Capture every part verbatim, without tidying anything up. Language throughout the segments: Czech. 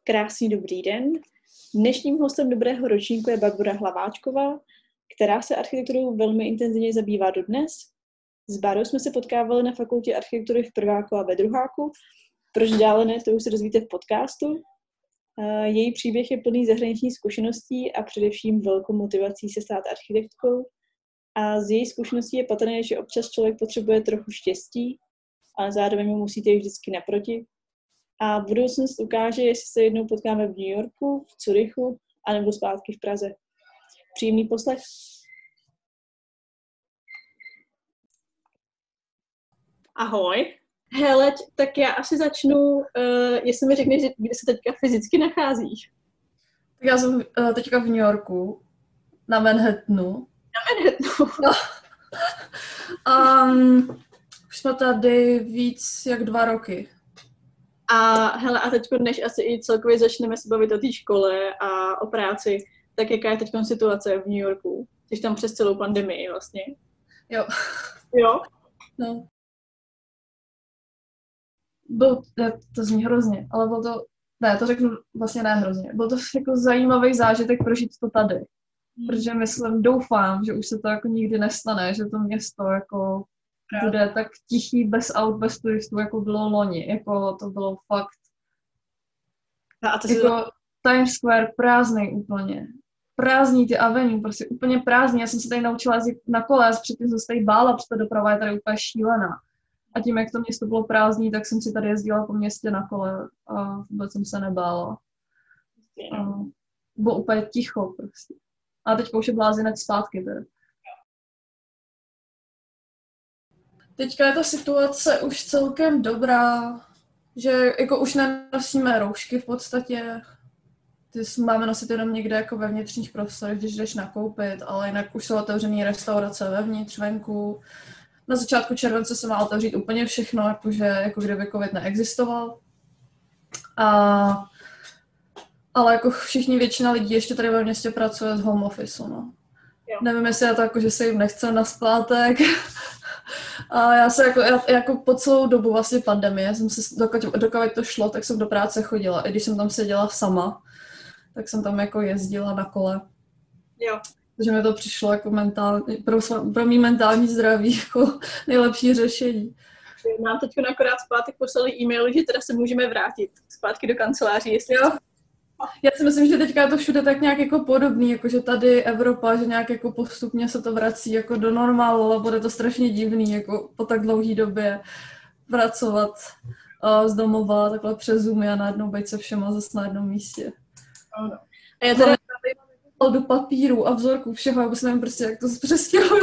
Krásný dobrý den. Dnešním hostem dobrého ročníku je Barbora Hlaváčková, která se architekturou velmi intenzivně zabývá dodnes. S Bárou jsme se potkávali na fakultě architektury v prváku a ve druháku. Proč dále ne, to už se dozvíte v podcastu. Její příběh je plný zahraničních zkušeností a především velkou motivací se stát architektkou. A z její zkušeností je patrné, že občas člověk potřebuje trochu štěstí, ale zároveň mu musíte jít vždycky naproti. A budoucnost ukáže, jestli se jednou potkáme v New Yorku, v Curychu, anebo zpátky v Praze. Příjemný poslech. Ahoj. Hele, tak já asi začnu, uh, jestli mi řekneš, kde se teďka fyzicky nacházíš. Tak já jsem uh, teďka v New Yorku, na Manhattanu. Na Manhattanu? No. um, už jsme tady víc jak dva roky. A hele, a teď než asi i celkově začneme se bavit o té škole a o práci, tak jaká je teď situace v New Yorku? Jsi tam přes celou pandemii vlastně. Jo. Jo? No. Byl, to zní hrozně, ale bylo to, ne, to řeknu vlastně ne hrozně, byl to jako zajímavý zážitek prožít to tady. Hmm. Protože myslím, doufám, že už se to jako nikdy nestane, že to město jako bude tak tichý, bez aut, bez turistů, jako bylo loni. Jako to bylo fakt... A to jako to... Times Square prázdnej úplně. Prázdní ty avenue, prostě úplně prázdný. Já jsem se tady naučila jezdit na kole, předtím jsem se tady bála, protože ta doprava je tady úplně šílená. A tím, jak to město bylo prázdný, tak jsem si tady jezdila po městě na kole a vůbec jsem se nebála. A bylo úplně ticho prostě. A teďka už je blázinec zpátky tady. Teďka je ta situace už celkem dobrá, že jako už nenosíme roušky v podstatě. Ty máme nosit jenom někde jako ve vnitřních prostorech, když jdeš nakoupit, ale jinak už jsou otevřený restaurace vevnitř, venku. Na začátku července se má otevřít úplně všechno, jakože jako kdyby covid neexistoval. A, ale jako všichni, většina lidí ještě tady ve městě pracuje z home office, no. Jo. Nevím, jestli je to jako, že se jim nechce na zpátek. A já se jako, já, jako po celou dobu vlastně pandemie, jsem se, dokud, dokud to šlo, tak jsem do práce chodila. I když jsem tam seděla sama, tak jsem tam jako jezdila na kole. Jo. Takže mi to přišlo jako mentální, pro, pro mý mentální zdraví jako nejlepší řešení. Nám teď akorát zpátky poslali e-mail, že teda se můžeme vrátit zpátky do kanceláří, jestli... Jo. Já si myslím, že teďka je to všude tak nějak jako podobný, jako že tady Evropa, že nějak jako postupně se to vrací jako do normálu, ale bude to strašně divný, jako po tak dlouhé době pracovat uh, z domova, takhle přes Zoomy a najednou být se všema zase na jednom místě. Ano. A já teda do papíru a vzorků všeho, já nevím prostě, jak to přestěhuju.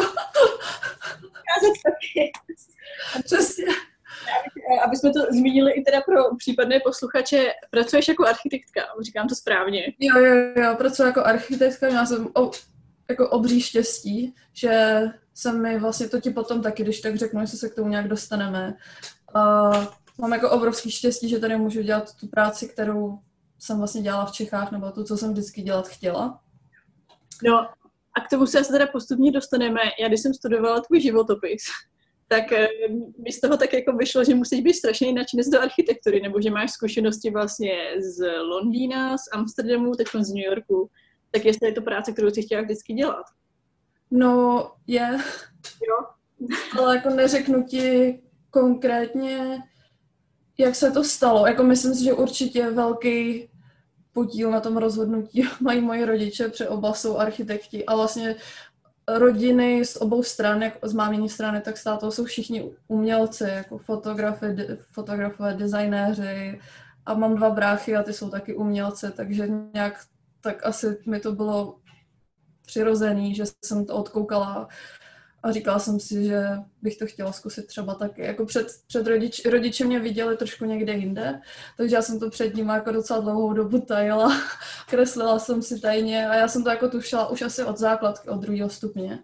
Já zase taky. Přesně. Aby jsme to zmínili i teda pro případné posluchače, pracuješ jako architektka, říkám to správně. Jo, jo, jo, pracuji jako architektka, měla jsem o, jako obří štěstí, že se mi vlastně to ti potom taky, když tak řeknu, jestli se k tomu nějak dostaneme. Uh, mám jako obrovský štěstí, že tady můžu dělat tu práci, kterou jsem vlastně dělala v Čechách, nebo to, co jsem vždycky dělat chtěla. No a k tomu se asi teda postupně dostaneme. Já když jsem studovala tvůj životopis, tak mi z toho tak jako vyšlo, že musíš být strašně nadšenec do architektury, nebo že máš zkušenosti vlastně z Londýna, z Amsterdamu, teď z New Yorku. Tak jestli je to práce, kterou jsi chtěla vždycky dělat? No, je. Jo. Ale jako neřeknu ti konkrétně, jak se to stalo. Jako myslím si, že určitě velký podíl na tom rozhodnutí mají moji rodiče, protože oba jsou architekti. A vlastně rodiny z obou stran, jak z máminí strany, tak z tátou jsou všichni umělci, jako fotografy, fotografové, designéři. A mám dva bráchy a ty jsou taky umělci, takže nějak tak asi mi to bylo přirozený, že jsem to odkoukala a říkala jsem si, že bych to chtěla zkusit třeba taky. Jako před, před rodič, rodiče mě viděli trošku někde jinde, takže já jsem to před nimi jako docela dlouhou dobu tajila. Kreslila jsem si tajně a já jsem to jako tušila už asi od základky, od druhého stupně.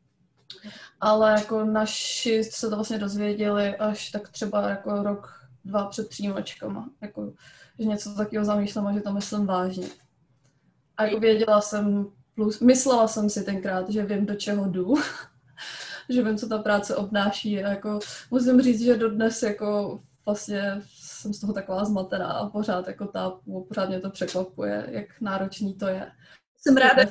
Ale jako naši se to vlastně dozvěděli až tak třeba jako rok, dva před přijímačkama. Jako, že něco takového zamýšlím a že to myslím vážně. A jako věděla jsem, plus myslela jsem si tenkrát, že vím, do čeho jdu. Že vím, co ta práce obnáší. A jako musím říct, že dodnes jako vlastně jsem z toho taková zmatená a pořád jako tápu, pořád mě to překvapuje, jak náročný to je. Jsem ráda.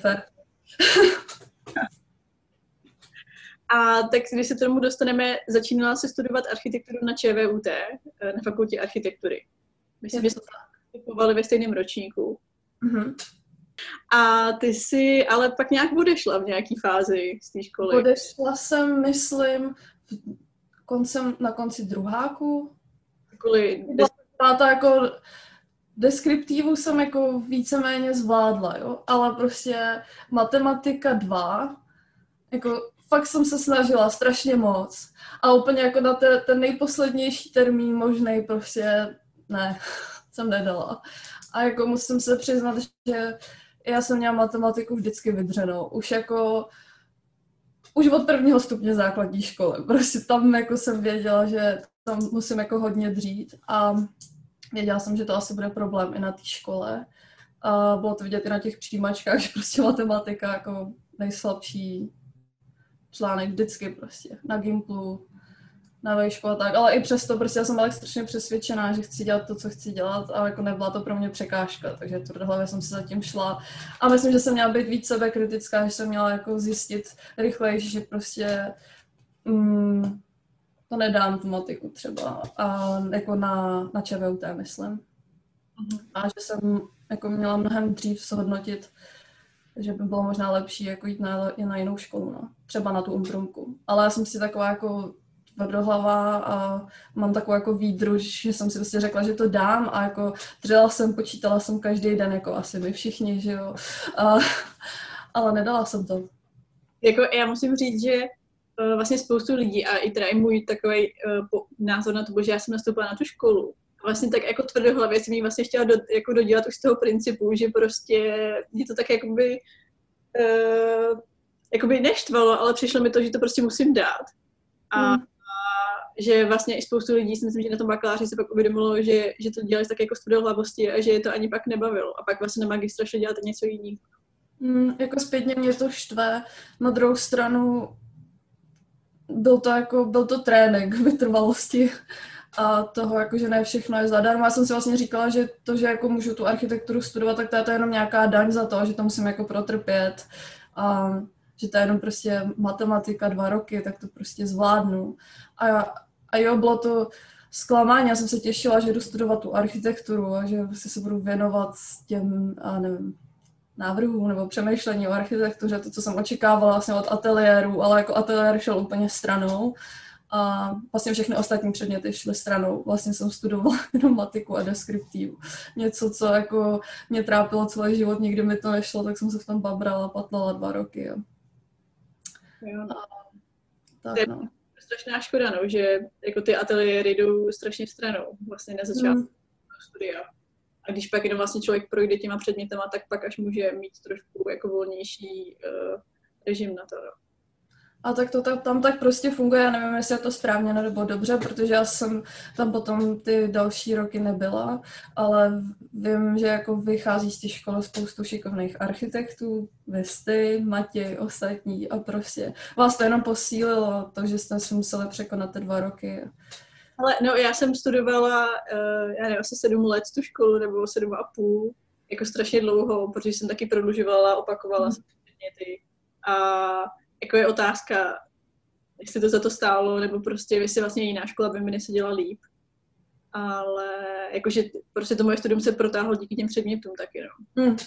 A tak když se k tomu dostaneme, začínala se studovat architekturu na ČVUT, na fakultě architektury. Myslím, že jsme stupovali ve stejném ročníku. Mm-hmm. A ty jsi ale pak nějak odešla v nějaký fázi z té školy. Odešla jsem, myslím, koncem, na konci druháku. Kvůli Byla to jako deskriptivu jsem jako víceméně zvládla, jo, ale prostě matematika dva, jako fakt jsem se snažila strašně moc a úplně jako na te, ten nejposlednější termín možnej prostě ne, jsem nedala. A jako musím se přiznat, že já jsem měla matematiku vždycky vydřenou. Už jako, už od prvního stupně základní školy. Prostě tam jako jsem věděla, že tam musím jako hodně dřít a věděla jsem, že to asi bude problém i na té škole. A bylo to vidět i na těch přijímačkách, že prostě matematika jako nejslabší článek vždycky prostě na Gimplu, na vejšku a tak, ale i přesto prostě já jsem byla strašně přesvědčená, že chci dělat to, co chci dělat, ale jako nebyla to pro mě překážka, takže tvrdhlavě jsem si zatím šla a myslím, že jsem měla být víc sebekritická, že jsem měla jako zjistit rychleji, že prostě mm, to nedám tu matiku třeba a jako na, na ČVUT myslím. Mm-hmm. A že jsem jako měla mnohem dřív zhodnotit, že by bylo možná lepší jako jít na, na jinou školu, no. Třeba na tu umprumku. Ale já jsem si taková jako tvrdohlava a mám takovou jako výdruž, že jsem si prostě řekla, že to dám a jako dřela jsem, počítala jsem každý den, jako asi my všichni, že jo. A, ale nedala jsem to. Jako já musím říct, že uh, vlastně spoustu lidí a i teda i můj takový uh, názor na to, že já jsem nastoupila na tu školu. A vlastně tak jako tvrdohlavě jsem jí vlastně chtěla do, jako dodělat už z toho principu, že prostě mě to tak jakoby uh, jakoby neštvalo, ale přišlo mi to, že to prostě musím dát. A, hmm. a že vlastně i spoustu lidí si myslím, že na tom bakaláři se pak uvědomilo, že, že to dělali tak jako z tvrdohlavosti a že je to ani pak nebavilo. A pak vlastně na magistra šli dělat něco jiného. Hmm, jako zpětně mě to štve. Na druhou stranu byl to jako, byl to trénink vytrvalosti a toho, jako, že ne všechno je zadarmo. Já jsem si vlastně říkala, že to, že jako můžu tu architekturu studovat, tak to je to jenom nějaká daň za to, že to musím jako protrpět. A že to je jenom prostě matematika dva roky, tak to prostě zvládnu. A, a jo, bylo to zklamání, já jsem se těšila, že jdu studovat tu architekturu a že prostě se budu věnovat těm, a nevím, návrhům nebo přemýšlení o architektuře, to, co jsem očekávala vlastně od ateliéru, ale jako ateliér šel úplně stranou a vlastně všechny ostatní předměty šly stranou. Vlastně jsem studovala jenom matiku a deskriptivu. Něco, co jako mě trápilo celý život, nikdy mi to nešlo, tak jsem se v tom babrala, patlala dva roky. Jo. Jo. A, tak, to je no. strašná škoda, no, že jako ty ateliéry jdou strašně stranou vlastně na začátku mm. studia. A když pak jenom vlastně člověk projde těma předmětama, tak pak až může mít trošku jako volnější uh, režim na to. No. A tak to tam tak prostě funguje, já nevím, jestli je to správně nebo dobře, protože já jsem tam potom ty další roky nebyla, ale vím, že jako vychází z té školy spoustu šikovných architektů, vy jste, Matěj, ostatní a prostě vás to jenom posílilo, to, že jste si museli překonat ty dva roky. Ale no, já jsem studovala, uh, já nevím, asi sedm let tu školu, nebo sedm a půl, jako strašně dlouho, protože jsem taky prodlužovala, opakovala mm. jsem předměty a jako je otázka, jestli to za to stálo, nebo prostě jestli vlastně jiná škola by mi neseděla líp. Ale jakože prostě to moje studium se protáhlo díky těm předmětům taky, no. Mm.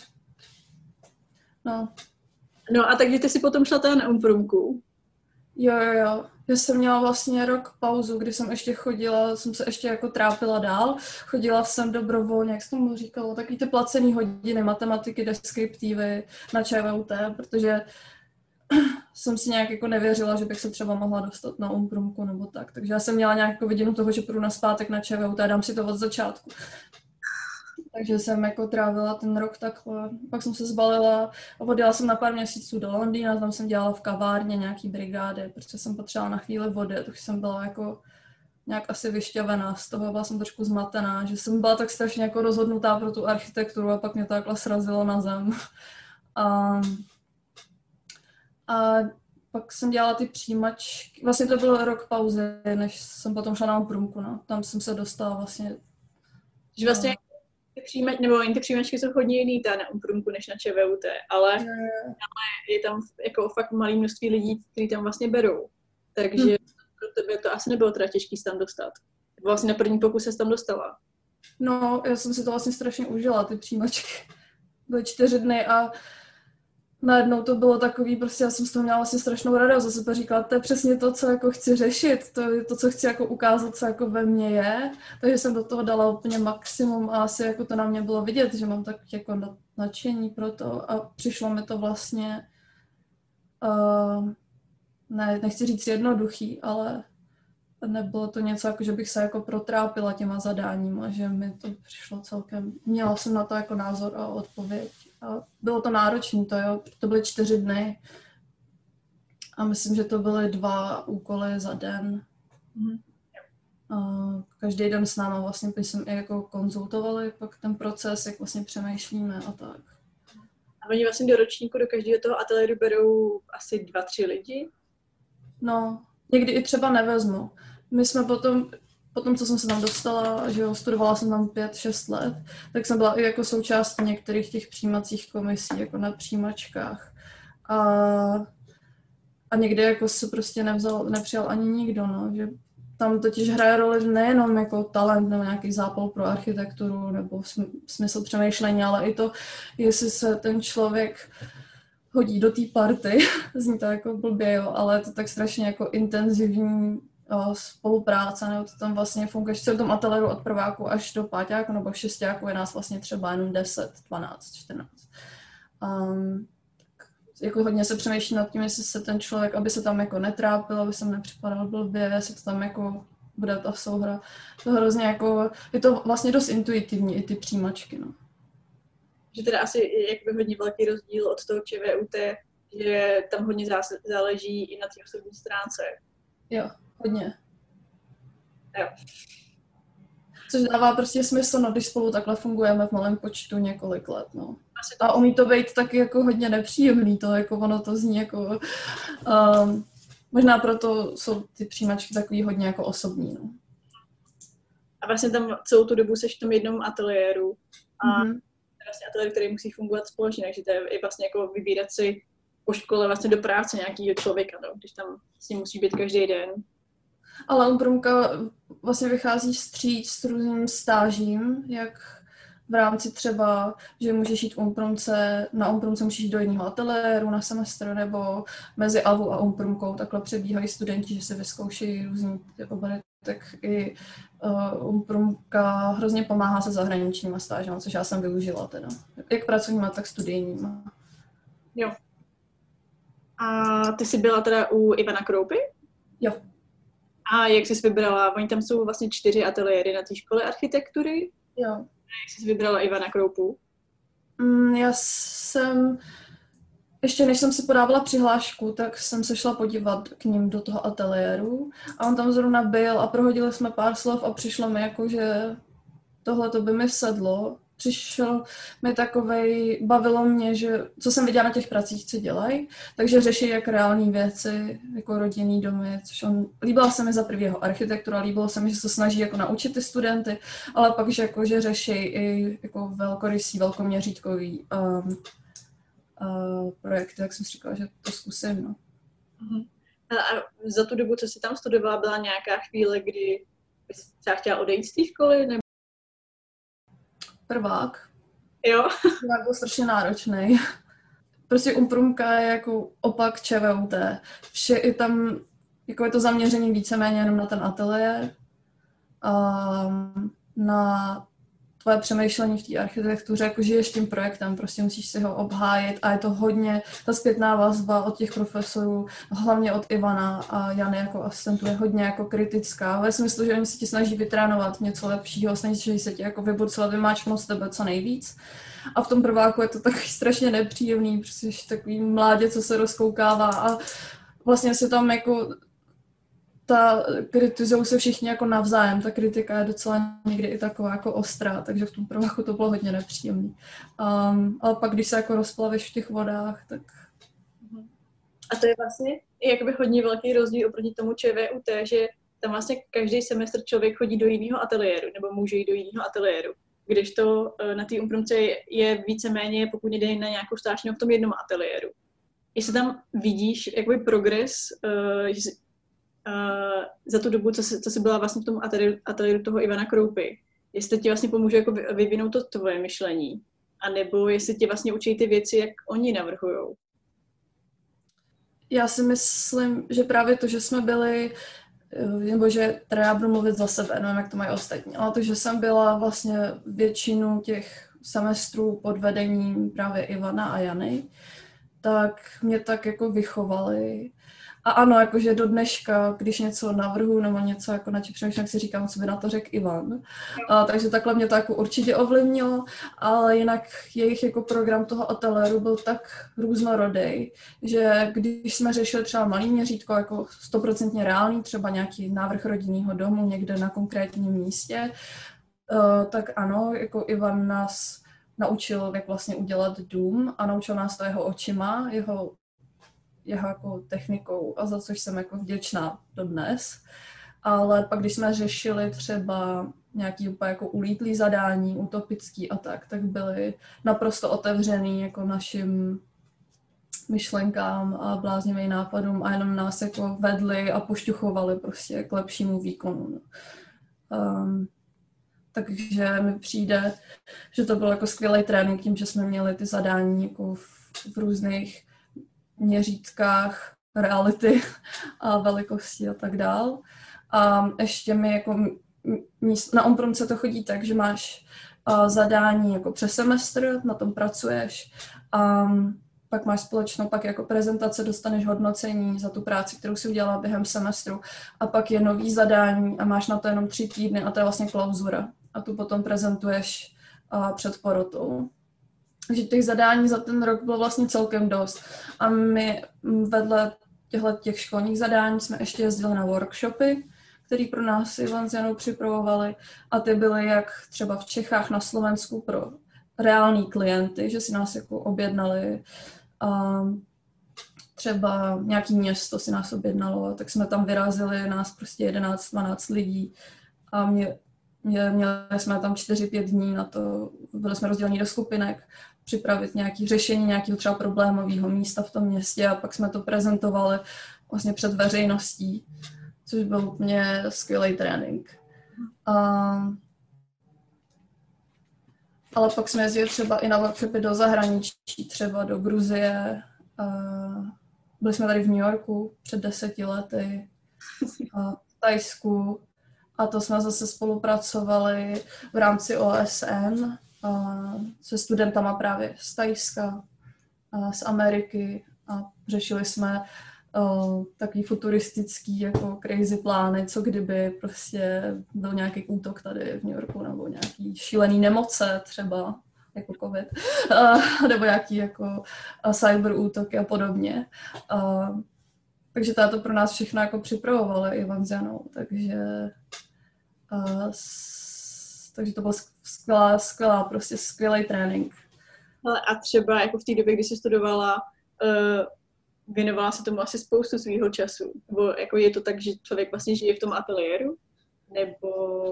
No. No a takže ty si potom šla teda na umprumku. Jo, jo, jo. Já jsem měla vlastně rok pauzu, kdy jsem ještě chodila, jsem se ještě jako trápila dál. Chodila jsem dobrovolně, jak jsem tomu říkala, takový ty placený hodiny matematiky, deskriptivy na ČVUT, protože jsem si nějak jako nevěřila, že bych se třeba mohla dostat na umprumku nebo tak. Takže já jsem měla nějakou vidinu toho, že půjdu nazpátek na ČVUT a dám si to od začátku. Takže jsem jako trávila ten rok takhle. Pak jsem se zbalila a odjela jsem na pár měsíců do Londýna, tam jsem dělala v kavárně nějaký brigády, protože jsem potřebovala na chvíli vody, takže jsem byla jako nějak asi vyšťavená z toho, byla jsem trošku zmatená, že jsem byla tak strašně jako rozhodnutá pro tu architekturu a pak mě to takhle srazilo na zem. A, a pak jsem dělala ty přijímačky, vlastně to byl rok pauzy, než jsem potom šla na umprumku, no. Tam jsem se dostala vlastně Že vlastně ty přijímačky, nebo ty přijímačky jsou hodně jiný ta na Umprumku než na ČVUT, ale, ale je tam jako fakt malé množství lidí, kteří tam vlastně berou. Takže hmm. pro tebe to asi nebylo teda těžký se tam dostat. Vlastně na první pokus se tam dostala. No, já jsem si to vlastně strašně užila, ty přijímačky. Byly čtyři dny a najednou to bylo takový, prostě já jsem z toho měla vlastně strašnou radost. Zase to říkala, to je přesně to, co jako chci řešit, to je to, co chci jako ukázat, co jako ve mně je. Takže jsem do toho dala úplně maximum a asi jako to na mě bylo vidět, že mám tak jako nadšení pro to a přišlo mi to vlastně, uh, ne, nechci říct jednoduchý, ale nebylo to něco, jako že bych se jako protrápila těma zadáníma, že mi to přišlo celkem, měla jsem na to jako názor a odpověď. A bylo to náročné, to jo, to byly čtyři dny a myslím, že to byly dva úkoly za den. Mm. A každý den s náma vlastně jsme i jako konzultovali pak ten proces, jak vlastně přemýšlíme a tak. A oni vlastně do ročníku do každého toho ateliéru berou asi dva, tři lidi? No, někdy i třeba nevezmu. My jsme potom, potom, co jsem se tam dostala, že jo, studovala jsem tam pět, šest let, tak jsem byla i jako součástí některých těch přijímacích komisí, jako na přijímačkách. A, a někdy jako se prostě nevzal, nepřijal ani nikdo, no, že tam totiž hraje roli nejenom jako talent nebo nějaký zápal pro architekturu nebo smysl přemýšlení, ale i to, jestli se ten člověk hodí do té party, zní to jako blbě, jo, ale je to tak strašně jako intenzivní o, spolupráce, nebo to tam vlastně funguje, že v tom ateliéru od prváku až do páťáku nebo šestáku je nás vlastně třeba jenom deset, dvanáct, čtrnáct. Um, jako hodně se přemýšlí nad tím, jestli se ten člověk, aby se tam jako netrápil, aby se nepřipadal blbě, jestli to tam jako bude ta souhra. To hrozně jako, je to vlastně dost intuitivní i ty přijímačky, no. Že teda asi je jakoby hodně velký rozdíl od toho ČVUT, že tam hodně zás- záleží i na té osobní stránce. Jo, hodně. Jo. Což dává prostě smysl, no, když spolu takhle fungujeme v malém počtu několik let, no. A umí to být taky jako hodně nepříjemný, to jako ono to zní jako... Um, možná proto jsou ty přijímačky takový hodně jako osobní, no. A vlastně tam celou tu dobu seš v tom jednom ateliéru a mm-hmm. vlastně ateliér, který musí fungovat společně, takže to je i vlastně jako vybírat si po škole vlastně do práce nějakýho člověka, no, když tam s ním musí být každý den. Ale Umprumka vlastně vychází vstříc s různým stážím, jak v rámci třeba, že můžeš jít v Umprumce, na Umprumce můžeš jít do jiného ateliéru na semestr, nebo mezi Avu a Umprumkou takhle přebíhají studenti, že se vyzkouší různý ty obory, tak i uh, Umprumka hrozně pomáhá se zahraničníma stážema, což já jsem využila teda. Jak pracovníma, tak studijníma. Jo. A ty jsi byla teda u Ivana Kroupy? Jo. A jak jsi vybrala? Oni tam jsou vlastně čtyři ateliéry na té škole architektury. Jo. A jak jsi vybrala Ivana Kroupu? Mm, já jsem, ještě než jsem si podávala přihlášku, tak jsem se šla podívat k ním do toho ateliéru a on tam zrovna byl a prohodili jsme pár slov a přišlo mi jako, že tohle to by mi sedlo. Přišel mi takovej, bavilo mě, že co jsem viděla na těch pracích, co dělají, takže řeší jak reální věci, jako rodinný domy, což on, líbila se mi za prvý jeho architektura, líbilo se mi, že se snaží jako naučit ty studenty, ale pak, že, jako, že řeší i jako velkorysý, velkoměřítkový um, uh, projekty, tak jsem si říkala, že to zkusím, no. Uh-huh. A za tu dobu, co jsi tam studovala, byla nějaká chvíle, kdy jsi třeba chtěla odejít z té školy, nebo Prvák. Jo. Prvák byl strašně náročný. Prostě Umprumka je jako opak ČVUT. Vše je tam, jako je to zaměření víceméně jenom na ten ateliér, um, na tvoje přemýšlení v té architektuře, jako žiješ tím projektem, prostě musíš si ho obhájit a je to hodně, ta zpětná vazba od těch profesorů, hlavně od Ivana a Jany jako asistentů je hodně jako kritická, ve smyslu, že oni se ti snaží vytrénovat něco lepšího, snaží se ti jako vyburcovat, vymáčknout z tebe co nejvíc. A v tom prváku je to takový strašně nepříjemný, protože jsi takový mládě, co se rozkoukává a vlastně se tam jako ta, kritizují se všichni jako navzájem, ta kritika je docela někdy i taková jako ostrá, takže v tom prváku to bylo hodně nepříjemný. Um, ale pak, když se jako rozplaveš v těch vodách, tak... A to je vlastně i jakoby hodně velký rozdíl oproti tomu ČVUT, že tam vlastně každý semestr člověk chodí do jiného ateliéru, nebo může jít do jiného ateliéru. když to na té umprumce je, je víceméně, pokud jde na nějakou stáž, v tom jednom ateliéru. Jestli tam vidíš jakoby progres uh, uh, za tu dobu, co jsi, co jsi byla vlastně v tom ateliéru, ateliéru toho Ivana Kroupy, jestli ti vlastně pomůže jako vyvinout to tvoje myšlení, anebo jestli ti vlastně učí ty věci, jak oni navrhujou. Já si myslím, že právě to, že jsme byli, nebo že teda já budu mluvit za sebe, nevím, jak to mají ostatní, ale to, že jsem byla vlastně většinu těch semestrů pod vedením právě Ivana a Jany, tak mě tak jako vychovali. A ano, jakože do dneška, když něco navrhu nebo něco jako na čem přemýšlím, si říkám, co by na to řekl Ivan. A, takže takhle mě to jako určitě ovlivnilo, ale jinak jejich jako program toho ateliéru byl tak různorodý, že když jsme řešili třeba malý měřítko, jako stoprocentně reálný, třeba nějaký návrh rodinného domu někde na konkrétním místě, uh, tak ano, jako Ivan nás naučil, jak vlastně udělat dům a naučil nás to jeho očima, jeho jeho jako technikou a za což jsem jako vděčná dodnes. Ale pak, když jsme řešili třeba nějaký úplně jako ulítlý zadání, utopický a tak, tak byli naprosto otevřený jako našim myšlenkám a bláznivým nápadům a jenom nás jako vedli a pošťuchovali prostě k lepšímu výkonu. Um, takže mi přijde, že to byl jako skvělý trénink tím, že jsme měli ty zadání jako v, v různých měřítkách reality a velikosti a tak dál. A ještě mi jako míst, na umprumce to chodí tak, že máš uh, zadání jako přes semestr, na tom pracuješ a pak máš společnou pak jako prezentace, dostaneš hodnocení za tu práci, kterou si udělala během semestru a pak je nový zadání a máš na to jenom tři týdny a to je vlastně klauzura a tu potom prezentuješ uh, před porotou. Takže těch zadání za ten rok bylo vlastně celkem dost. A my vedle těchto těch školních zadání jsme ještě jezdili na workshopy, které pro nás Ivan s Janou připravovali. A ty byly jak třeba v Čechách, na Slovensku pro reální klienty, že si nás jako objednali. A třeba nějaký město si nás objednalo, tak jsme tam vyrazili, nás prostě jedenáct dvanáct lidí. A mě, mě, měli jsme tam čtyři pět dní na to, byli jsme rozděleni do skupinek, připravit nějaké řešení nějakého třeba problémového místa v tom městě a pak jsme to prezentovali vlastně před veřejností, což byl úplně skvělý trénink. Um, ale pak jsme jezdili třeba i na workshopy do zahraničí, třeba do Gruzie. Uh, byli jsme tady v New Yorku před deseti lety, uh, v Thajsku a to jsme zase spolupracovali v rámci O S N se studentama právě z Thajska, z Ameriky a řešili jsme uh, takový futuristický jako crazy plány, co kdyby prostě byl nějaký útok tady v New Yorku nebo nějaký šílený nemoce třeba, jako covid, uh, nebo nějaký jako uh, cyber útoky a podobně. Uh, takže to pro nás všechno jako připravovali Ivan s Janou, takže uh, takže to byl skvělá, skvělá, prostě skvělý trénink. Ale a třeba jako v té době, kdy jsi studovala, uh, věnovala se tomu asi spoustu svýho času? Nebo jako je to tak, že člověk vlastně žije v tom ateliéru? Nebo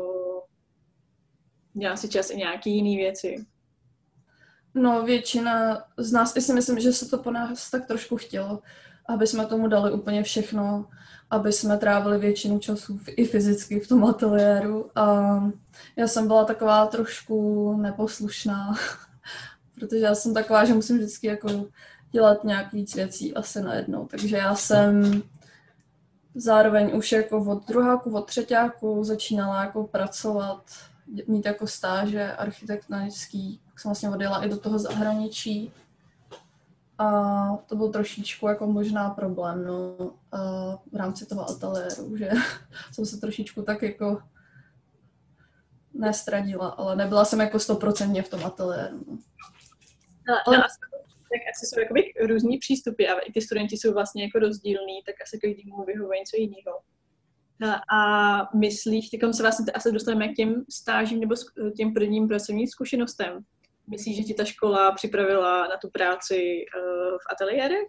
měla si čas i nějaký jiný věci? No většina z nás, i si myslím, že se to po nás tak trošku chtělo, aby jsme tomu dali úplně všechno, aby jsme trávili většinu času i fyzicky v tom ateliéru. A já jsem byla taková trošku neposlušná, protože já jsem taková, že musím vždycky jako dělat nějak víc věcí asi najednou. Takže já jsem zároveň už jako od druháku, od třetíku začínala jako pracovat, mít jako stáže architektonický, tak jsem vlastně odjela i do toho zahraničí. A to byl trošičku jako možná problém, no, v rámci toho ateliéru, že jsem se trošičku tak jako nestradila, ale nebyla jsem jako stoprocentně v tom ateliéru. No. Ale, ale asi, tak asi jsou jakoby různý přístupy a i ty studenti jsou vlastně jako rozdílný, tak asi každému vyhovuje něco jiného. A myslíš, tykom se vlastně asi dostaneme k těm stážím nebo těm prvním pracovním zkušenostem. Myslíš, že ti ta škola připravila na tu práci uh, v ateliérech?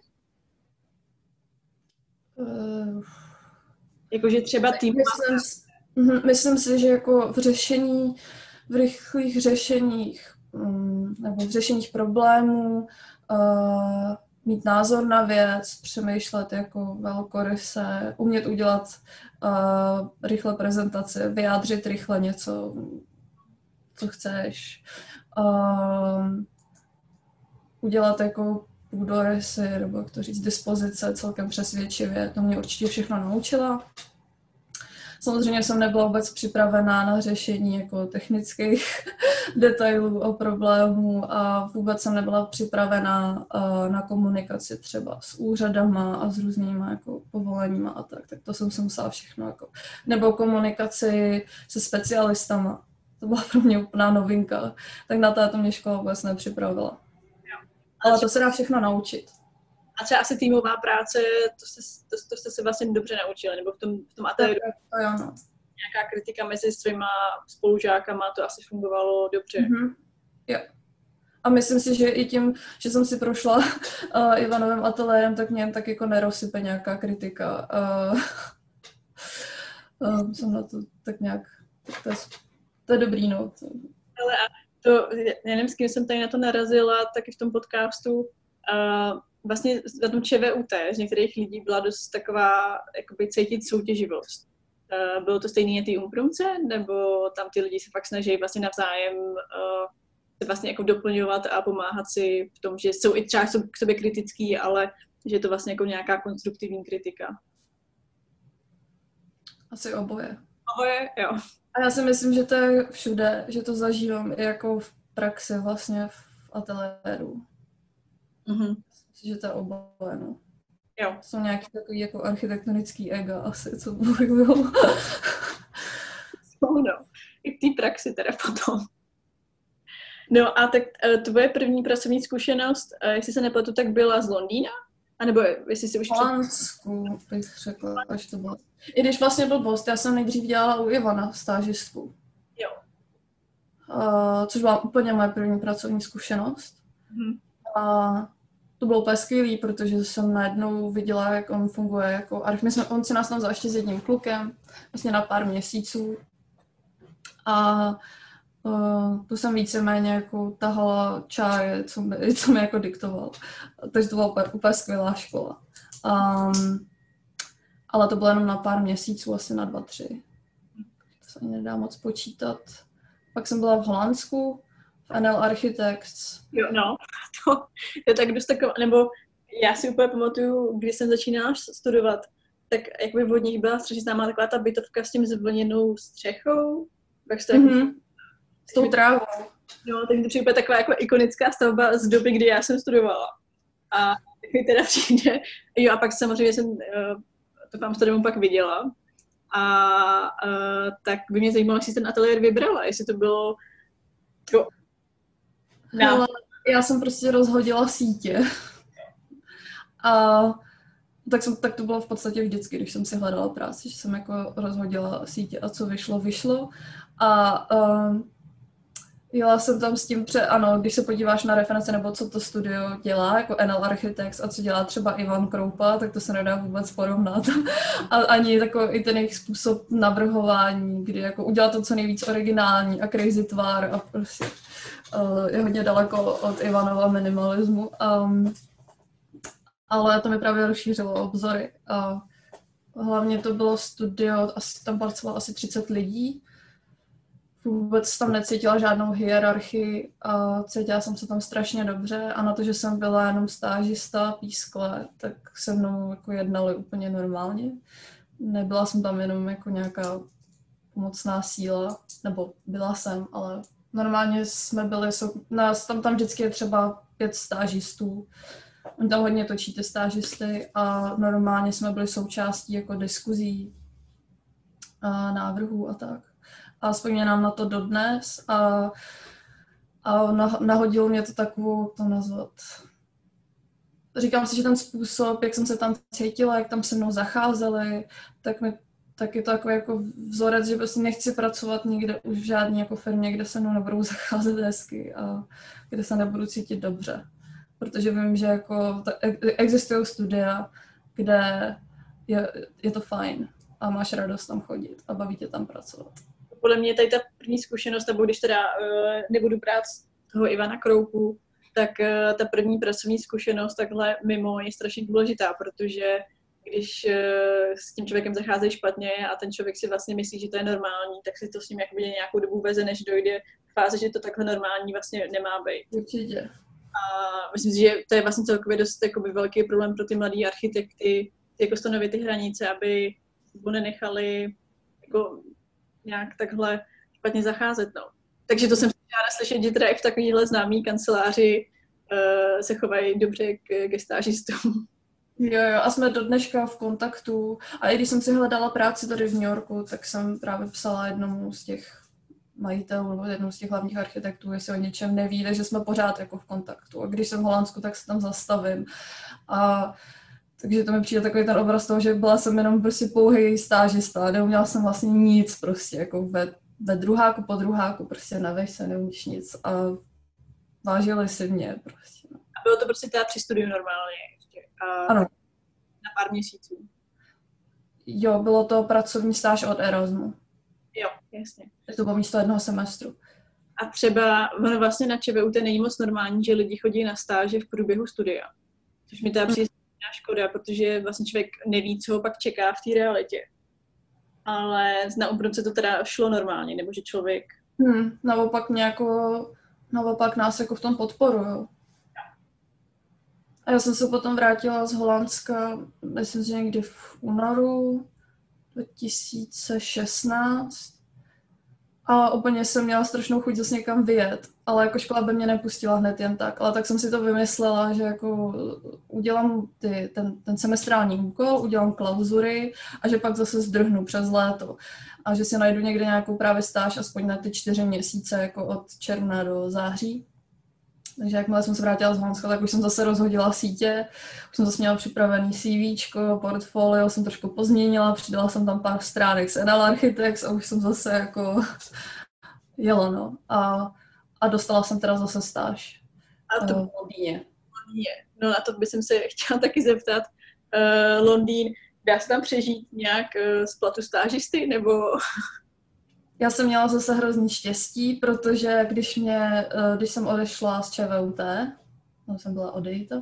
Uh, Jakože třeba tým... Myslím, myslím si, že jako v řešení v rychlých řešeních um, nebo v řešeních problémů, uh, mít názor na věc, přemýšlet jako velkoryse, umět udělat uh, rychle prezentaci, vyjádřit rychle něco, co chceš, uh, udělat jako půdorysy, nebo jak to říct, dispozice celkem přesvědčivě. To mě určitě všechno naučila. Samozřejmě jsem nebyla vůbec připravená na řešení jako technických detailů o problému a vůbec jsem nebyla připravená uh, na komunikaci třeba s úřadama a s různýma jako povoleníma a tak. Tak to jsem se musela všechno jako... Nebo komunikaci se specialistama. To byla pro mě úplná novinka. Tak na to mě škola vůbec nepřipravila. Ale to se dá všechno naučit. A třeba asi týmová práce, to jste, to, to jste se vlastně dobře naučili, nebo v tom, v tom ateliéru. To jo, no. Nějaká kritika mezi svýma spolužákama, to asi fungovalo dobře. Mm-hmm. Jo. A myslím si, že i tím, že jsem si prošla uh, Ivanovým ateliérem, tak mě tak jako nerozsype nějaká kritika. Uh, uh, jsem na to tak nějak, to je, to je dobrý, no. Ale a to, já nevím, s kým jsem tady na to narazila, taky v tom podcastu, uh, vlastně na tom ČVUT z některých lidí byla dost taková, jakoby cítit soutěživost. Uh, bylo to stejné na té Umprumce, nebo tam ty lidi se fakt snaží vlastně navzájem uh, se vlastně jako doplňovat a pomáhat si v tom, že jsou i třeba k sobě kritický, ale že je to vlastně jako nějaká konstruktivní kritika. Asi oboje. Oboje, jo. A já si myslím, že to je všude, že to zažívám i jako v praxi vlastně v ateliéru. Mhm. Že to je oboje, no. Jo. Jsou nějaký takový jako architektonický ega asi, co bojují. Jsou, no. I v té praxi teda potom. No a tak tvoje první pracovní zkušenost, jestli se nepletu, tak byla z Londýna? A nebo jestli si už... V Holandsku bych řekla, až to bylo. I když vlastně byl post, já jsem nejdřív dělala u Ivana stážistku. Jo. Uh, což byla úplně moje první pracovní zkušenost. Mhm. A to bylo úplně skvělý, protože jsem najednou viděla, jak on funguje jako architekt. On si nás tam vzal ještě s jedním klukem, vlastně na pár měsíců. A uh, tu jsem víceméně jako tahala čáje, co mi, co mi jako diktoval. Takže to byla úplně, úplně skvělá škola. Um, ale to bylo jenom na pár měsíců, asi na dva, tři. To se ani nedá moc počítat. Pak jsem byla v Holandsku, v N L Architects. Jo, no, to, to je tak dost taková, nebo já si úplně pamatuju, když jsem začínala studovat, tak jakoby od nich byla strašně známá taková ta bytovka s tím zvlněnou střechou. Tak jste Mm-hmm. S tou trávou. No, tak to přijde taková jako ikonická stavba z doby, kdy já jsem studovala. A tak mi teda přijde, jo a pak samozřejmě jsem to v Amsterdamu pak viděla. A uh, tak by mě zajímalo, jestli ten ateliér vybrala, jestli to bylo to... No. Já jsem prostě rozhodila sítě. A tak, jsem, tak to bylo v podstatě vždycky, když jsem si hledala práci, že jsem jako rozhodila sítě a co vyšlo, vyšlo. A um, jela jsem tam s tím, pře, ano, když se podíváš na reference nebo co to studio dělá, jako N L Architects a co dělá třeba Ivan Kroupa, tak to se nedá vůbec porovnat. A ani takový i ten jejich způsob navrhování, kdy jako udělat to co nejvíc originální a crazy tvar a prostě uh, je hodně daleko od Ivanova minimalismu. Um, ale to mi právě rozšířilo obzory. A hlavně to bylo studio, asi, tam pracovalo asi třicet lidí. Vůbec tam necítila žádnou hierarchii a cítila jsem se tam strašně dobře a na to, že jsem byla jenom stážista, pískle, tak se mnou jako jednali úplně normálně. Nebyla jsem tam jenom jako nějaká pomocná síla, nebo byla jsem, ale normálně jsme byli, nás tam, tam vždycky je třeba pět stážistů. Oni tam hodně točí ty stážisty a normálně jsme byli součástí jako diskuzí a návrhů a tak. A vzpomínám na to dodnes a, a nahodilo mě to takovou, to nazvat. Říkám si, že ten způsob, jak jsem se tam cítila, jak tam se mnou zacházeli, tak, mi, tak je to takový jako vzorec, že prostě nechci pracovat nikde už v žádné jako firmě, kde se mnou nebudou zacházet hezky a kde se nebudu cítit dobře. Protože vím, že jako ta, existují studia, kde je, je to fajn a máš radost tam chodit a baví tě tam pracovat. podle mě tady ta první zkušenost, nebo když teda uh, nebudu brát toho Ivana Kroupu, tak uh, ta první pracovní zkušenost takhle mimo je strašně důležitá, protože když uh, s tím člověkem zacházejí špatně a ten člověk si vlastně myslí, že to je normální, tak si to s ním jakoby nějakou dobu veze, než dojde k fázi, že to takhle normální vlastně nemá být. Určitě. A myslím si, že to je vlastně celkově dost jakoby velký problém pro ty mladý architekty, jako stanovit ty hranice, aby ho nenechali jako nějak takhle špatně zacházet. No. Takže to jsem ráda slyšet, že teda i v takovýhle známý kanceláři uh, se chovají dobře k, ke stážistům. Jo, jo, a jsme do dneška v kontaktu. A i když jsem si hledala práci tady v New Yorku, tak jsem právě psala jednomu z těch majitelů nebo jednomu z těch hlavních architektů, jestli o něčem neví, takže jsme pořád jako v kontaktu. A když jsem v Holandsku, tak se tam zastavím. A takže to mi přijde takový ten obraz toho, že byla jsem jenom prostě pouhý stážista, neuměla jsem vlastně nic prostě, jako ve, ve druháku po druháku, prostě na vejšce neumíš nic a vážili si mě prostě. No. A bylo to prostě teda při studiu normálně ještě? A ano. Na pár měsíců? Jo, bylo to pracovní stáž od Erasmu. Jo, jasně. To bylo místo jednoho semestru. A třeba, ono vlastně na ČVUT není moc normální, že lidi chodí na stáže v průběhu studia. Což mi teda přijde škoda, protože vlastně člověk neví, co ho pak čeká v té realitě. Ale na obrodce to teda šlo normálně, nebo že člověk... Hmm, naopak nějako, naopak nás jako v tom podporují. A já jsem se potom vrátila z Holandska, myslím, že někdy v únoru dva tisíce šestnáct. A úplně jsem měla strašnou chuť zase někam vyjet, ale jako škola by mě nepustila hned jen tak. Ale tak jsem si to vymyslela, že jako udělám ty, ten, ten semestrální úkol, udělám klauzury a že pak zase zdrhnu přes léto. A že si najdu někde nějakou právě stáž aspoň na ty čtyři měsíce, jako od června do září. Takže jakmile jsem se vrátila z Holandska, tak už jsem zase rozhodila sítě, už jsem zase měla připravený CVčko, portfolio jsem trošku pozměnila, přidala jsem tam pár stránek z Enel Architects a už jsem zase jako jela, no. A, a dostala jsem teda zase stáž. A to v Londýně. No na to bych se chtěla taky zeptat. Uh, Londýn, dá se tam přežít nějak uh, z platu stážisty, nebo... Já jsem měla zase hrozný štěstí, protože když, mě, když jsem odešla z ČVUT, tam jsem byla odejita,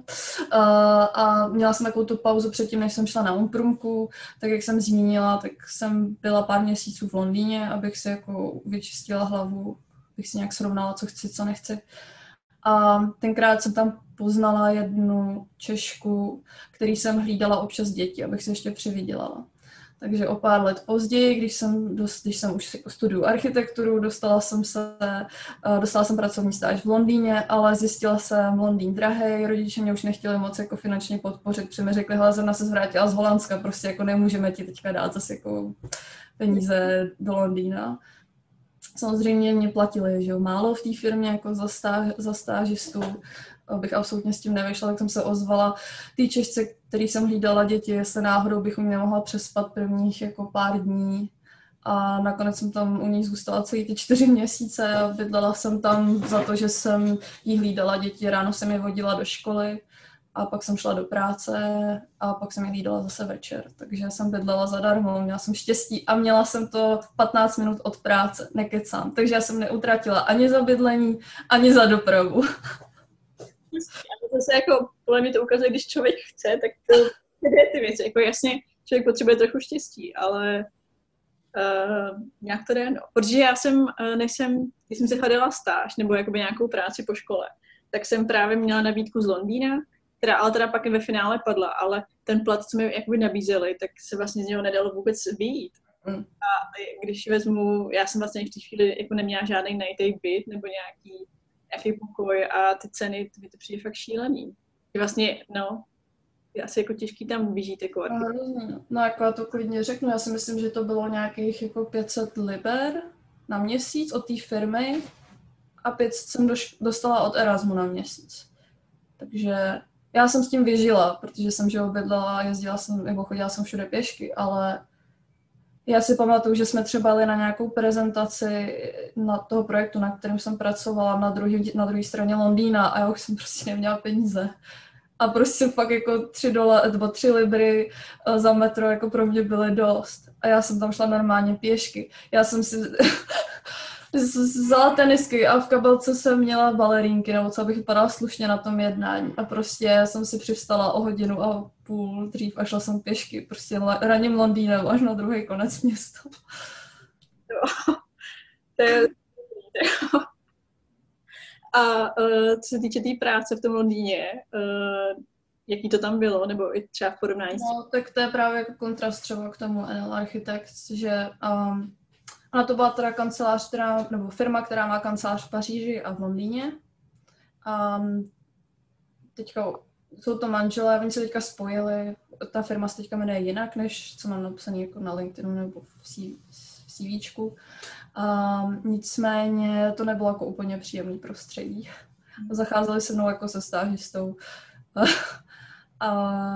a měla jsem takovou tu pauzu předtím, než jsem šla na Umprumku, tak jak jsem zmínila, tak jsem byla pár měsíců v Londýně, abych si jako vyčistila hlavu, abych si nějak srovnala, co chci, co nechci. A tenkrát jsem tam poznala jednu Češku, který jsem hlídala občas děti, abych se ještě přivydělala. Takže o pár let později, když jsem, dost, když jsem už studuju architekturu, dostala jsem se, dostala jsem pracovní stáž v Londýně, ale zjistila jsem Londýn drahej, rodiče mě už nechtěli moc jako finančně podpořit, protože mi řekli, hele, zrovna se zvrátila z Holandska, prostě jako nemůžeme ti teďka dát zase jako peníze do Londýna. Samozřejmě mě platili, že jo, málo v té firmě jako za, stáž, za stážistu, abych absolutně s tím nevyšla, tak jsem se ozvala té Češce, který jsem hlídala děti, jestli náhodou bych u mě nemohla přespat prvních jako pár dní. A nakonec jsem tam u ní zůstala celý ty čtyři měsíce a bydlela jsem tam za to, že jsem jí hlídala děti. Ráno jsem je vodila do školy a pak jsem šla do práce a pak jsem je hlídala zase večer. Takže jsem bydlela zadarmo, měla jsem štěstí a měla jsem to patnáct minut od práce, nekecám. Takže já jsem neutratila ani za bydlení, ani za dopravu. A zase jako, podle mě to ukazuje, když člověk chce, tak to jde ty věci. Jako jasně, člověk potřebuje trochu štěstí, ale uh, nějak to jde, no. Protože já jsem, uh, než jsem, když jsem se hledala stáž nebo jakoby nějakou práci po škole, tak jsem právě měla nabídku z Londýna, která ale teda pak ve finále padla, ale ten plat, co mi jakoby nabízeli, tak se vlastně z něho nedalo vůbec vyjít. Mm. A když vezmu, já jsem vlastně v té chvíli jako neměla žádný najitý byt nebo nějaký nějaký pokoj a ty ceny, to mi to přijde fakt šílený. Je vlastně, no, je asi jako těžký tam vyžít jako architekt. No, jako já to klidně řeknu, já si myslím, že to bylo nějakých jako pět set liber na měsíc od té firmy a pět set jsem dostala od Erasmu na měsíc. Takže já jsem s tím vyžila, protože jsem, že bydlela, jezdila jsem, nebo chodila jsem všude pěšky, ale já si pamatuju, že jsme třeba jeli na nějakou prezentaci na toho projektu, na kterém jsem pracovala na druhé na druhé straně Londýna a já už jsem prostě neměla peníze. A prostě fakt jako tři dola, nebo tři libry za metro jako pro mě byly dost. a já jsem tam šla normálně pěšky. Já jsem si vzala tenisky a v kabelce jsem měla balerínky, nebo co, abych vypadala slušně na tom jednání. A prostě jsem si přivstala o hodinu a půl dřív a šla jsem pěšky. Prostě ranním Londýnem až na druhý konec města. Jo. To je... A uh, co se týče té tý práce v tom Londýně, uh, jaký to tam bylo, nebo i třeba v porovnání s tím? No, tak to je právě jako kontrast třeba k tomu N L Architects, že um, ona to byla teda kancelář, která, nebo firma, která má kancelář v Paříži a v Londýně. Um, teďka jsou to manželé, oni se teďka spojili, ta firma se teďka jmenuje jinak, než co mám napsané jako na LinkedInu nebo v CVčku. Um, nicméně to nebylo jako úplně příjemný prostředí. Zacházeli se mnou jako se stážistou. A...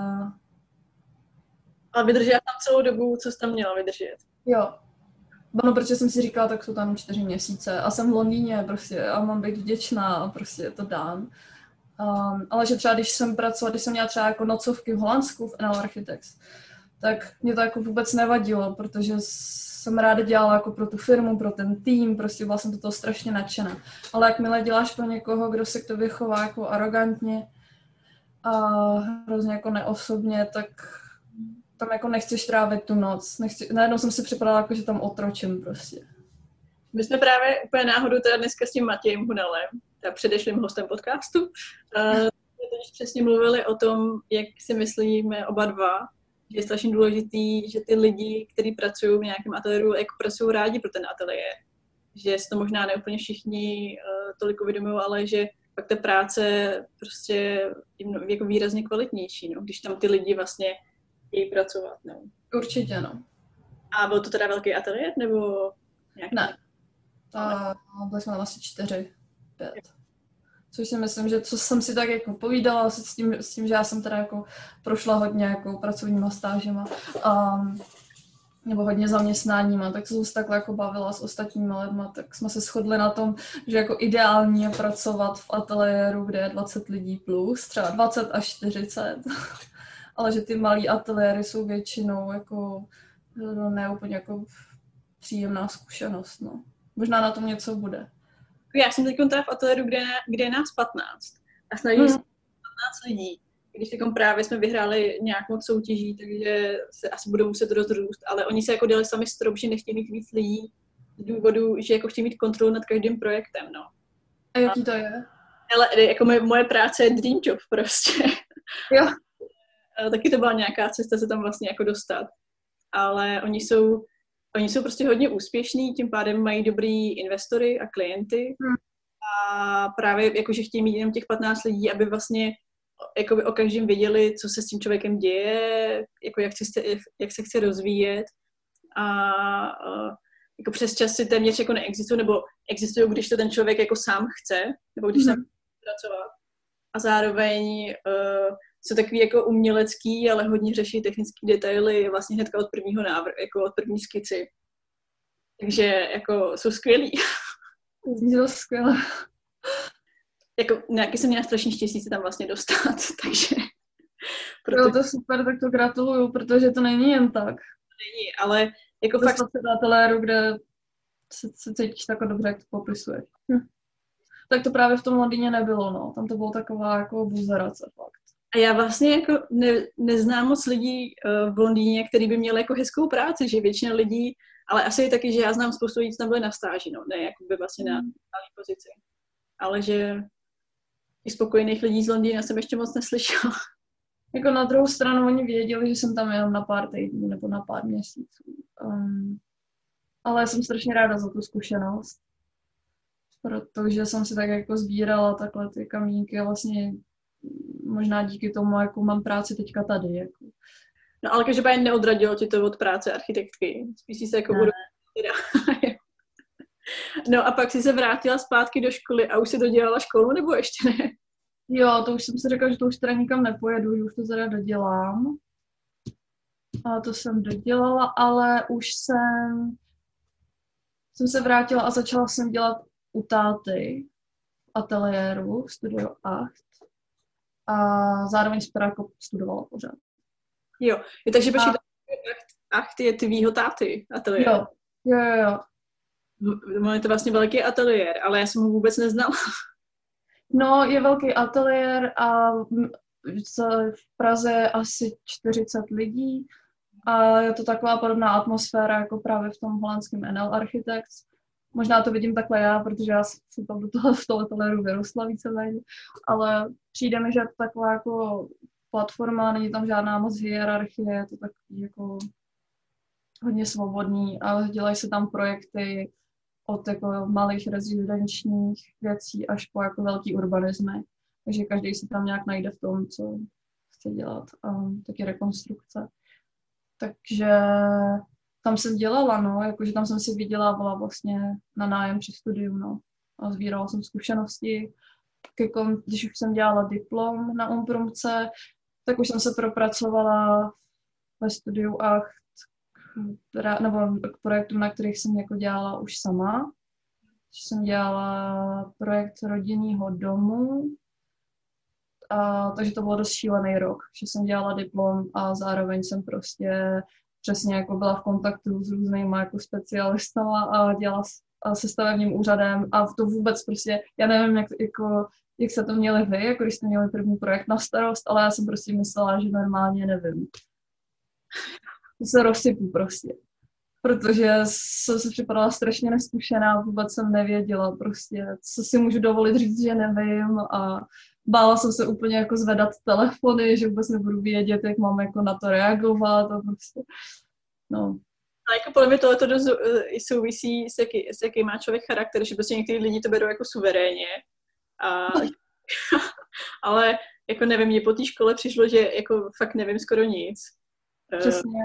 Ale vydržela tam celou dobu, co jsi tam měla vydržet? Jo. No, protože jsem si říkala, tak jsou tam čtyři měsíce a jsem v Londýně prostě a mám být vděčná a prostě to dám. Um, ale že třeba když jsem pracovala, když jsem měla třeba jako nocovky v Holandsku v N L Architects, tak mě to jako vůbec nevadilo, protože jsem ráda dělala jako pro tu firmu, pro ten tým, prostě byla jsem do toho strašně nadšená. Ale jakmile děláš pro někoho, kdo se k tobě chová jako arrogantně a hrozně jako neosobně, tak tam jako nechceš trávit tu noc. Nechci... Najednou jsem si připadala jako, že tam otročím prostě. My jsme právě úplně náhodou teda dneska s tím Matějem Hunelem, teda předešlým hostem podcastu, uh, teď přesně mluvili o tom, jak si myslíme oba dva, že je strašně důležitý, že ty lidi, kteří pracují v nějakém ateliéru, jako pracují rádi pro ten ateliér. Že si to možná neúplně všichni uh, tolik uvědomují, ale že pak ta práce prostě je jako výrazně kvalitnější, no, když tam ty lidi vlastně chtějí pracovat. No. Určitě, no. A byl to teda velký ateliér, nebo nějaký? Ne. A byli jsme tam asi čtyři, pět. Což si myslím, že co jsem si tak jako povídala s tím, s tím, že já jsem teda jako prošla hodně jako pracovníma stážema, um, nebo hodně zaměstnáníma, tak jsem se takhle jako bavila s ostatními lidma, tak jsme se shodli na tom, že jako ideální je pracovat v ateliéru, kde je dvacet lidí plus, třeba dvacet až čtyřicet. Ale že ty malý ateliéry jsou většinou jako no, ne úplně jako příjemná zkušenost, no. Možná na tom něco bude. Já jsem teď v ateliéru, kde, kde je nás patnáct. A snaží hmm. se patnáct lidí. Když teď právě jsme vyhráli nějak moc soutěží, takže se asi budou muset rozrůst, ale oni se jako dali sami strop, že nechtějí mít víc lidí z důvodu, že jako chtějí mít kontrolu nad každým projektem, no. A jaký to je? Ale jako moje, moje práce je dream job prostě. Jo. Taky to byla nějaká cesta se tam vlastně jako dostat. Ale oni jsou, oni jsou prostě hodně úspěšní, tím pádem mají dobrý investory a klienty. Hmm. A právě jakože chtějí mít jenom těch patnáct lidí, aby vlastně jakoby o každém věděli, co se s tím člověkem děje, jako jak, se, jak, jak se chce rozvíjet. A, a jako přes časy téměř jako neexistují, nebo existují, když to ten člověk jako sám chce, nebo když hmm. tam chce pracovat. A zároveň uh, jsou takový jako umělecký, ale hodně řeší technické detaily vlastně hnedka od prvního návrhu, jako od první skici. Takže jako jsou skvělí. Jsou skvělé. Jako nějaký jsem měla strašně štěstí se tam vlastně dostat, takže... Proto... Jo, to je super, tak to gratuluju, protože to není jen tak. Není, ale jako dostat fakt... se do ateliéru, kde se, se cítíš tak dobře, jak to popisuješ. Hm. Tak to právě v tom Londýně nebylo, no. Tam to bylo taková jako buzerace, fakt. A já vlastně jako ne, neznám moc lidí uh, v Londýně, který by měli jako hezkou práci, že většina lidí, ale asi je taky, že já znám spoustu lidí, co tam byli na stáži, no, ne jako by vlastně na stálý pozici. Ale že i spokojených lidí z Londýna jsem ještě moc neslyšela. Jako na druhou stranu oni věděli, že jsem tam jenom na pár týdnů nebo na pár měsíců. Um, ale jsem strašně ráda za tu zkušenost. Protože jsem si tak jako sbírala takhle ty kamínky a vlastně možná díky tomu, jako mám práci teďka tady. Jako. No ale každopádně neodradilo ti to od práce architektky. Spíš si se jako budu... No a pak jsi se vrátila zpátky do školy a už si dodělala školu, nebo ještě ne? Jo, to už jsem si řekla, že to už teda nikam nepojedu, že už to teda dodělám. A to jsem dodělala, ale už jsem, jsem se vrátila a začala jsem dělat u táty v ateliéru Studio acht. A zároveň jsem teda jako studovala pořád. Jo, takže počkej, a... Ach, ty je tvýho táty ateliér. Jo, jo, jo, jo. Je to vlastně velký ateliér, ale já jsem ho vůbec neznala. No, je velký ateliér a v Praze je asi čtyřicet lidí a je to taková podobná atmosféra jako právě v tom holandském N L Architects. Možná to vidím takhle já, protože já jsem tam do toho, v toho ateliéru vyrostla víceméně, ale přijde mi, že je to taková jako platforma, není tam žádná moc hierarchie, je to takový jako hodně svobodný a dělají se tam projekty od jako malých rezidenčních věcí až po jako velký urbanismy. Takže každý si tam nějak najde v tom, co chce dělat. Um, taky rekonstrukce. Takže tam jsem dělala, no, jakože tam jsem si vydělávala vlastně na nájem při studiu, no. A sbírala jsem zkušenosti. Kon, když už jsem dělala diplom na Umprumce, tak už jsem se propracovala ve studiu a nebo k projektům, na kterých jsem jako dělala už sama. Jsem dělala projekt rodinného domu, a, takže to bylo dost šílený rok, že jsem dělala diplom a zároveň jsem prostě přesně jako byla v kontaktu s různýma jako specialistama a dělala a se stavebním úřadem a to vůbec prostě, já nevím, jak, jako, jak se to měli vy, jako když jste měli první projekt na starost, ale já jsem prostě myslela, že normálně nevím. Se rozsypu prostě. Protože jsem se připadala strašně neskušená, vůbec jsem nevěděla prostě, co si můžu dovolit říct, že nevím a bála jsem se úplně jako zvedat telefony, že vůbec nebudu vědět, jak mám jako na to reagovat a prostě, no. A jako podle mě tohle to dost souvisí s jaký, s jaký má člověk charakter, že prostě některý lidi to berou jako suverénně. A, ale jako nevím, mně po té škole přišlo, že jako fakt nevím skoro nic. Přesně.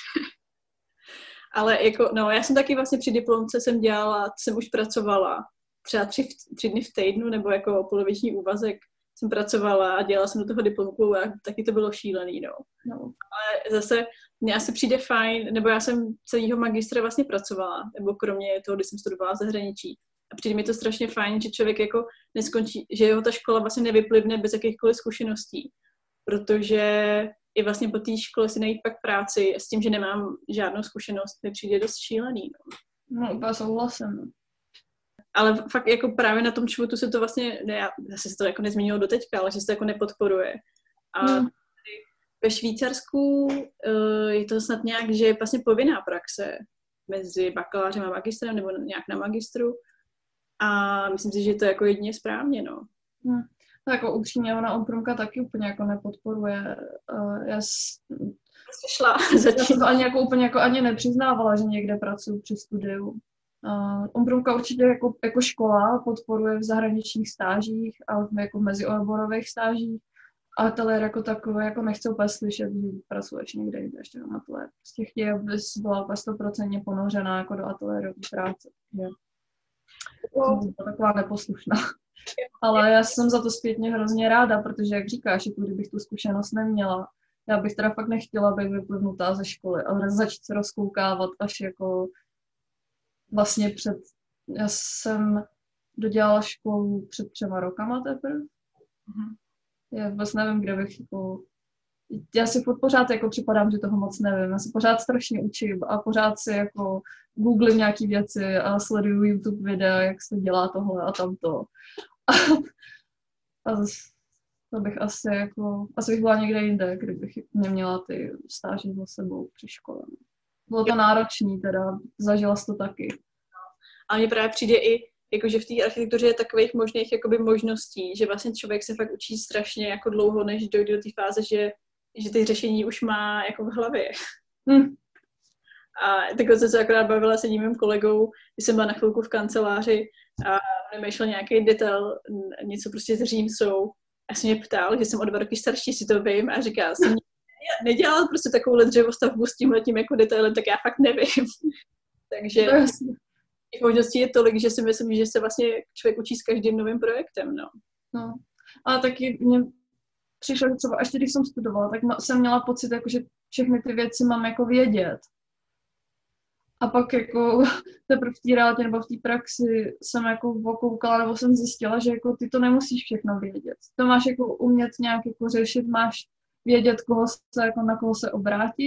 Ale jako, no, já jsem taky vlastně při diplomce jsem dělala, jsem už pracovala třeba tři, tři dny v týdnu, nebo jako poloviční úvazek jsem pracovala a dělala jsem do toho diplomku a taky to bylo šílený, no. no. Ale zase mně asi přijde fajn, nebo já jsem celýho magistra vlastně pracovala, nebo kromě toho, když jsem studovala v zahraničí. A přijde mi to strašně fajn, že člověk jako neskončí, že jeho ta škola vlastně nevyplivne bez jakýchkoliv zkušeností, protože i vlastně po té škole si najít pak práci s tím, že nemám žádnou zkušenost, mi přijde dost šílený. No, no úplně souhlasím. Ale fakt jako právě na tom ČVUTu se to vlastně, ne, já zase se to jako nezměnilo do teďka, ale že se to jako nepodporuje. A hmm. ve Švýcarsku uh, je to snad nějak, že je vlastně povinná praxe mezi bakalářem a magistrem, nebo nějak na magistru. A myslím si, že to je jako jedině správně, no. Hmm. Tak jako upřímně, ona Umprumka taky úplně jako nepodporuje. Uh, já, s... šla já jsem to ani jako úplně jako ani nepřiznávala, že někde pracuji při studiu. Uh, Umprumka určitě jako, jako škola podporuje v zahraničních stážích a jako v mezioborových stážích. A ateliér jako takové jako nechce úplně slyšet, že pracuješ někde jde ještě na ateliér. Prostě chtějí, abys byla úplně stoprocentně ponořená jako do ateliérové práce. Je. Jsem taková neposlušná. Ale já jsem za to zpětně hrozně ráda, protože jak říkáš, jako kdybych tu zkušenost neměla, já bych teda fakt nechtěla být vyplivnutá ze školy, ale začít se rozkoukávat až jako vlastně před, já jsem dodělala školu před třema rokama teprve. Mm-hmm. Já vůbec nevím, kde bych jako, já si pořád jako připadám, že toho moc nevím, já se pořád strašně učím a pořád si jako googlím nějaký věci a sleduju YouTube videa, jak se dělá tohle a tamto. A to bych asi jako, asi bych byla někde jinde, kdybych neměla ty stáže za sebou při škole. Bylo to náročný teda, zažila jsi to taky. A mně právě přijde i, jakože v té architektuře je takových možných jakoby možností, že vlastně člověk se fakt učí strašně jako dlouho, než dojde do té fáze, že, že ty řešení už má jako v hlavě. Hmm. A takhle jsem se akorát bavila s jedním mým kolegou, když jsem byla na chvilku v kanceláři a vymýšlel nějaký detail, něco prostě s římsou. A jsem mě ptal, že jsem o dva roky starší, si to vím, a říká, jsem nedělala prostě takovouhle dřevostavbu s tímhletím jako detailem, tak já fakt nevím. Takže těch možností je tolik, že si myslím, že se vlastně člověk učí s každým novým projektem, no. No, ale taky mě přišlo, že třeba až když jsem studovala, tak jsem měla pocit, jako, že všechny ty věci mám jako vědět. A pak jako teprve v té realitě nebo v té praxi jsem jako okoukala, nebo jsem zjistila, že jako ty to nemusíš všechno vědět. To máš jako umět nějak jako řešit, máš vědět, koho se, jako na koho se obrátit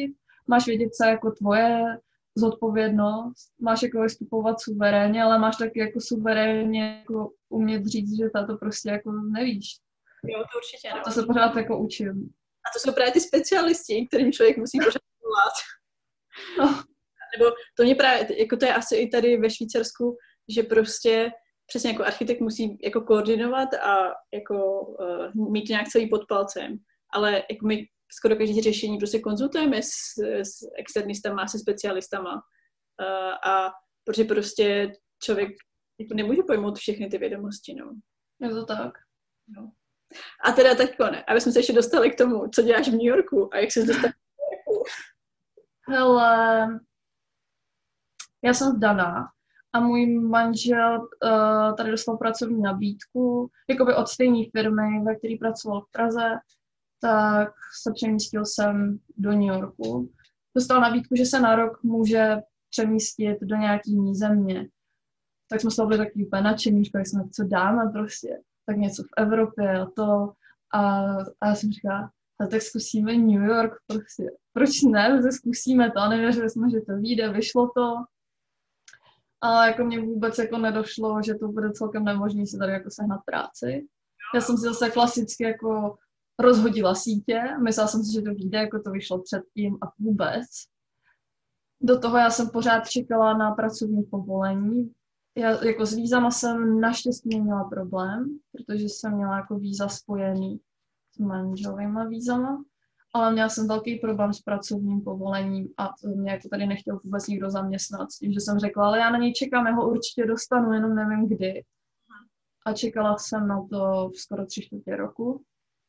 máš vědět, co je jako tvoje zodpovědnost, máš jako vystupovat suverénně, ale máš taky jako suverénně jako umět říct, že to prostě jako nevíš. Jo, to určitě A no. to se pořád jako učím. A to jsou právě ty specialisti, kterým člověk musí pořád volat. No. Nebo to mě právě, jako to je asi i tady ve Švýcarsku, že prostě přesně jako architekt musí jako koordinovat a jako uh, mít nějak celý pod palcem. Ale jako my skoro každé řešení prostě konzultujeme s, s externistama, se specialistama. Uh, a protože prostě člověk jako nemůže pojmout všechny ty vědomosti, no. Je to tak. No. A teda teďko ne, aby jsme se ještě dostali k tomu, co děláš v New Yorku a jak jsi dostal do New Yorku. Hele, já jsem vdaná a můj manžel uh, tady dostal pracovní nabídku, jakoby od stejné firmy, ve které pracoval v Praze, tak se přemístil jsem do New Yorku. Dostal nabídku, že se na rok může přemístit do nějaký jiný země. Tak jsme se byli takový úplně nadšení, říkali jsme, co dáme prostě, tak něco v Evropě a to. A, a já jsem říkala, tak zkusíme New York prostě. Proč ne? My zkusíme to. A nevěřili jsme, že to vyjde, vyšlo to. Ale jako mě vůbec jako nedošlo, že to bude celkem nemožné si tady jako sehnat práci. Já jsem si zase klasicky jako rozhodila sítě. Myslela jsem si, že to vyjde, jako to vyšlo předtím a vůbec. Do toho já jsem pořád čekala na pracovní povolení. Já jako s vízama jsem naštěstí neměla problém, protože jsem měla jako víza spojený s manželovýma vízama, ale měla jsem velký problém s pracovním povolením a to mě jako tady nechtěl vůbec nikdo zaměstnat s tím, že jsem řekla, ale já na něj čekám, já ho určitě dostanu, jenom nevím kdy. A čekala jsem na to skoro tři čtvrtě roku.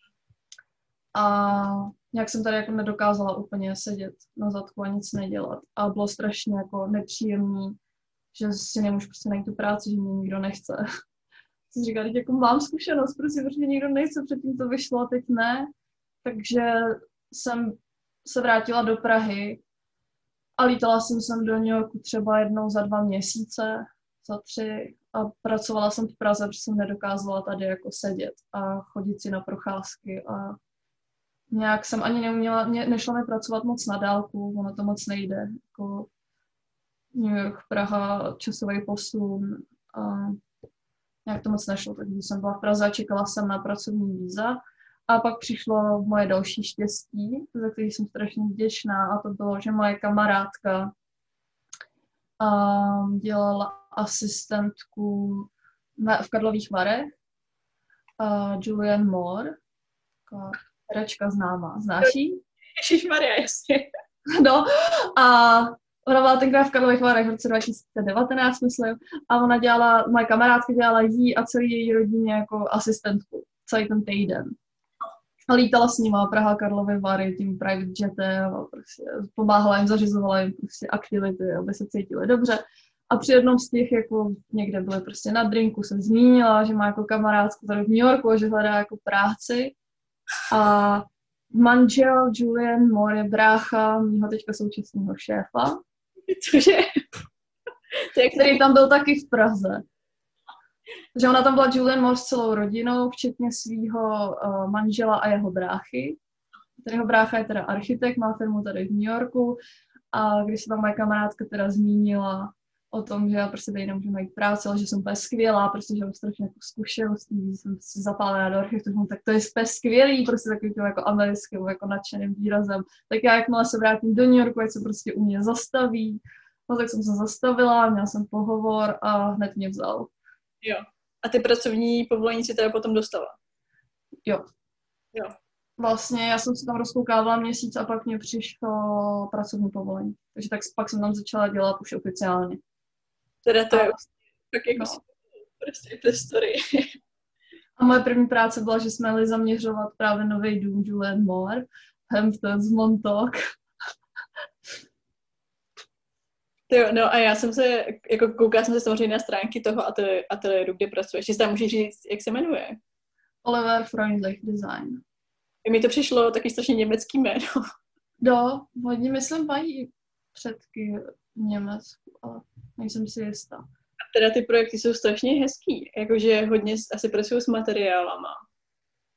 A nějak jsem tady jako nedokázala úplně sedět na zadku a nic nedělat. A bylo strašně jako nepříjemný, že si nemůžu prostě najít tu práci, že mě nikdo nechce. Jsem říkala, že jako mám zkušenost, prostě, protože mě nikdo nechce, předtím to vyšlo a teď ne. Takže jsem se vrátila do Prahy a lítala jsem sem do New Yorku třeba jednou za dva měsíce, za tři a pracovala jsem v Praze, protože jsem nedokázala tady jako sedět a chodit si na procházky a nějak jsem ani neuměla, ne, nešlo mi pracovat moc na dálku, ono to moc nejde, jako New York, Praha, časový posun a nějak to moc nešlo, takže jsem byla v Praze a čekala jsem na pracovní víza. A pak přišlo moje další štěstí, za který jsem strašně vděčná, a to bylo, že moje kamarádka um, dělala asistentku na, v Karlových Varech, uh, Julianne Moore, taková herečka známá, znáš jí? Ježišmarja, jasně. No, a ona byla tenkrát v Karlových Varech v roce dva tisíce devatenáct, myslím, a ona dělala, moje kamarádka dělala jí a celý její rodině jako asistentku, celý ten týden. A lítala s nima Praha, Karlovy Vary, tím private jetem a prostě pomáhala jim, zařizovala jim prostě aktivity, aby se cítili dobře. A při jednom z těch, jako někde byly prostě na drinku, jsem zmínila, že má jako kamarádku tady v New Yorku a že hledá jako práci. A manžel Julianne Moore je brácha mýho teďka současného šéfa. Cože? Který tam byl taky v Praze. Takže ona tam byla Julianne Moore s celou rodinou, včetně svého uh, manžela a jeho bráchy. Tady jeho brácha je teda architekt, má firmu tady v New Yorku a když se tam moje kamarádka teda zmínila o tom, že já prostě tady nemůžu najít práci, ale že jsem úplně skvělá, protože mám strašně jako zkušeností, že jsem se zapálila do architektury, tak to je úplně skvělý, prostě takový tím jako americkým, jako nadšeným výrazem. Tak já jakmile se vrátím do New Yorku, ať se prostě u mě zastaví, no tak jsem se zastavila, měla jsem pohovor a hned mě vzal. Jo. A ty pracovní povolení si teda potom dostala? Jo. Jo. Vlastně já jsem se tam rozkoukávala měsíc a pak mě přišlo pracovní povolení. Takže tak pak jsem tam začala dělat už oficiálně. Teda to a, je tak jako no. prostě to story. A moje první práce byla, že jsme jeli zaměřovat právě nový dům Julianne Moore, Hamptons, Montauk. Jo, no a já jsem se, jako koukala jsem se samozřejmě na stránky toho ateliéru, kde pracuješ. Jestli tam můžeš říct, jak se jmenuje? Oliver Freundlich Design. Mi to přišlo taky strašně německý jméno. Do, hodně myslím mají předky v Německu, ale nejsem si jistá. A teda ty projekty jsou strašně hezký, jakože hodně asi pracují s materiálama.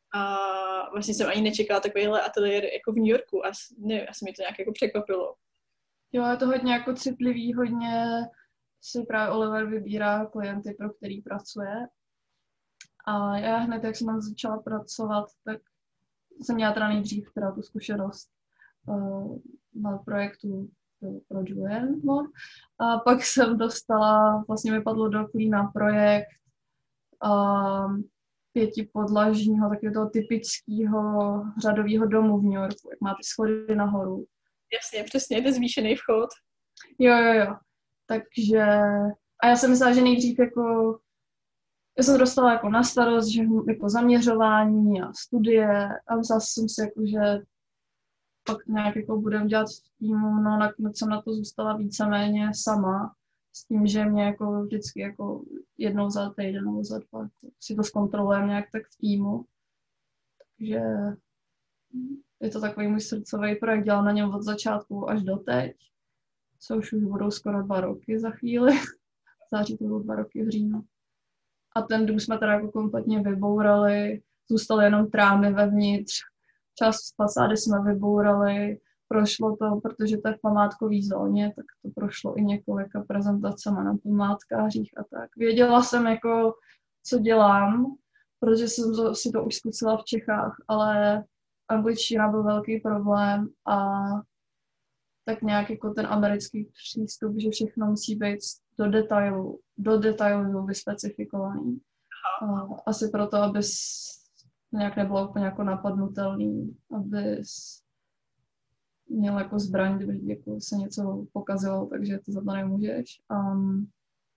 A vlastně jsem ani nečekala takovýhle ateliér jako v New Yorku a nevím, asi mi to nějak jako překvapilo. Jo, je to hodně jako citlivý, hodně si právě Oliver vybírá klienty, pro který pracuje. A já hned, jak jsem tam začala pracovat, tak jsem měla teda nejdřív teda tu zkušenost uh, na projektu pro Julian Moore. A pak jsem dostala, vlastně mi padlo do klína projekt uh, pětipodlažního, takového toho typického řadového domu v New Yorku, jak má ty schody nahoru. Jasně, přesně, to je zvýšený vchod. Jo, jo, jo. Takže, a já jsem myslela, že nejdřív jako, já jsem dostala jako na starost, že jako zaměřování a studie a myslela jsem si jako, že pak nějak jako budem dělat v týmu, no nakonec jsem na to zůstala víceméně sama, s tím, že mě jako vždycky jako jednou za týden nebo za dva si to zkontrolujeme nějak tak v týmu. Takže je to takový můj srdcový projekt, dělám na něm od začátku až do teď, což už budou skoro dva roky za chvíli. V září to budou dva roky v říjnu. A ten dům jsme teda jako kompletně vybourali, zůstaly jenom trámy vevnitř, část fasády jsme vybourali, prošlo to, protože to je v památkové zóně, tak to prošlo i několika prezentacemi na památkářích a tak. Věděla jsem jako, co dělám, protože jsem to, si to už zkusila v Čechách, ale angličtina byl velký problém a tak nějak jako ten americký přístup, že všechno musí být do detailu, do detailu vyspecifikovaný. A asi proto, aby nějak nebylo úplně jako napadnutelný, aby měl jako zbraň, kdyby jako se něco pokazilo, takže to za to nemůžeš. Um,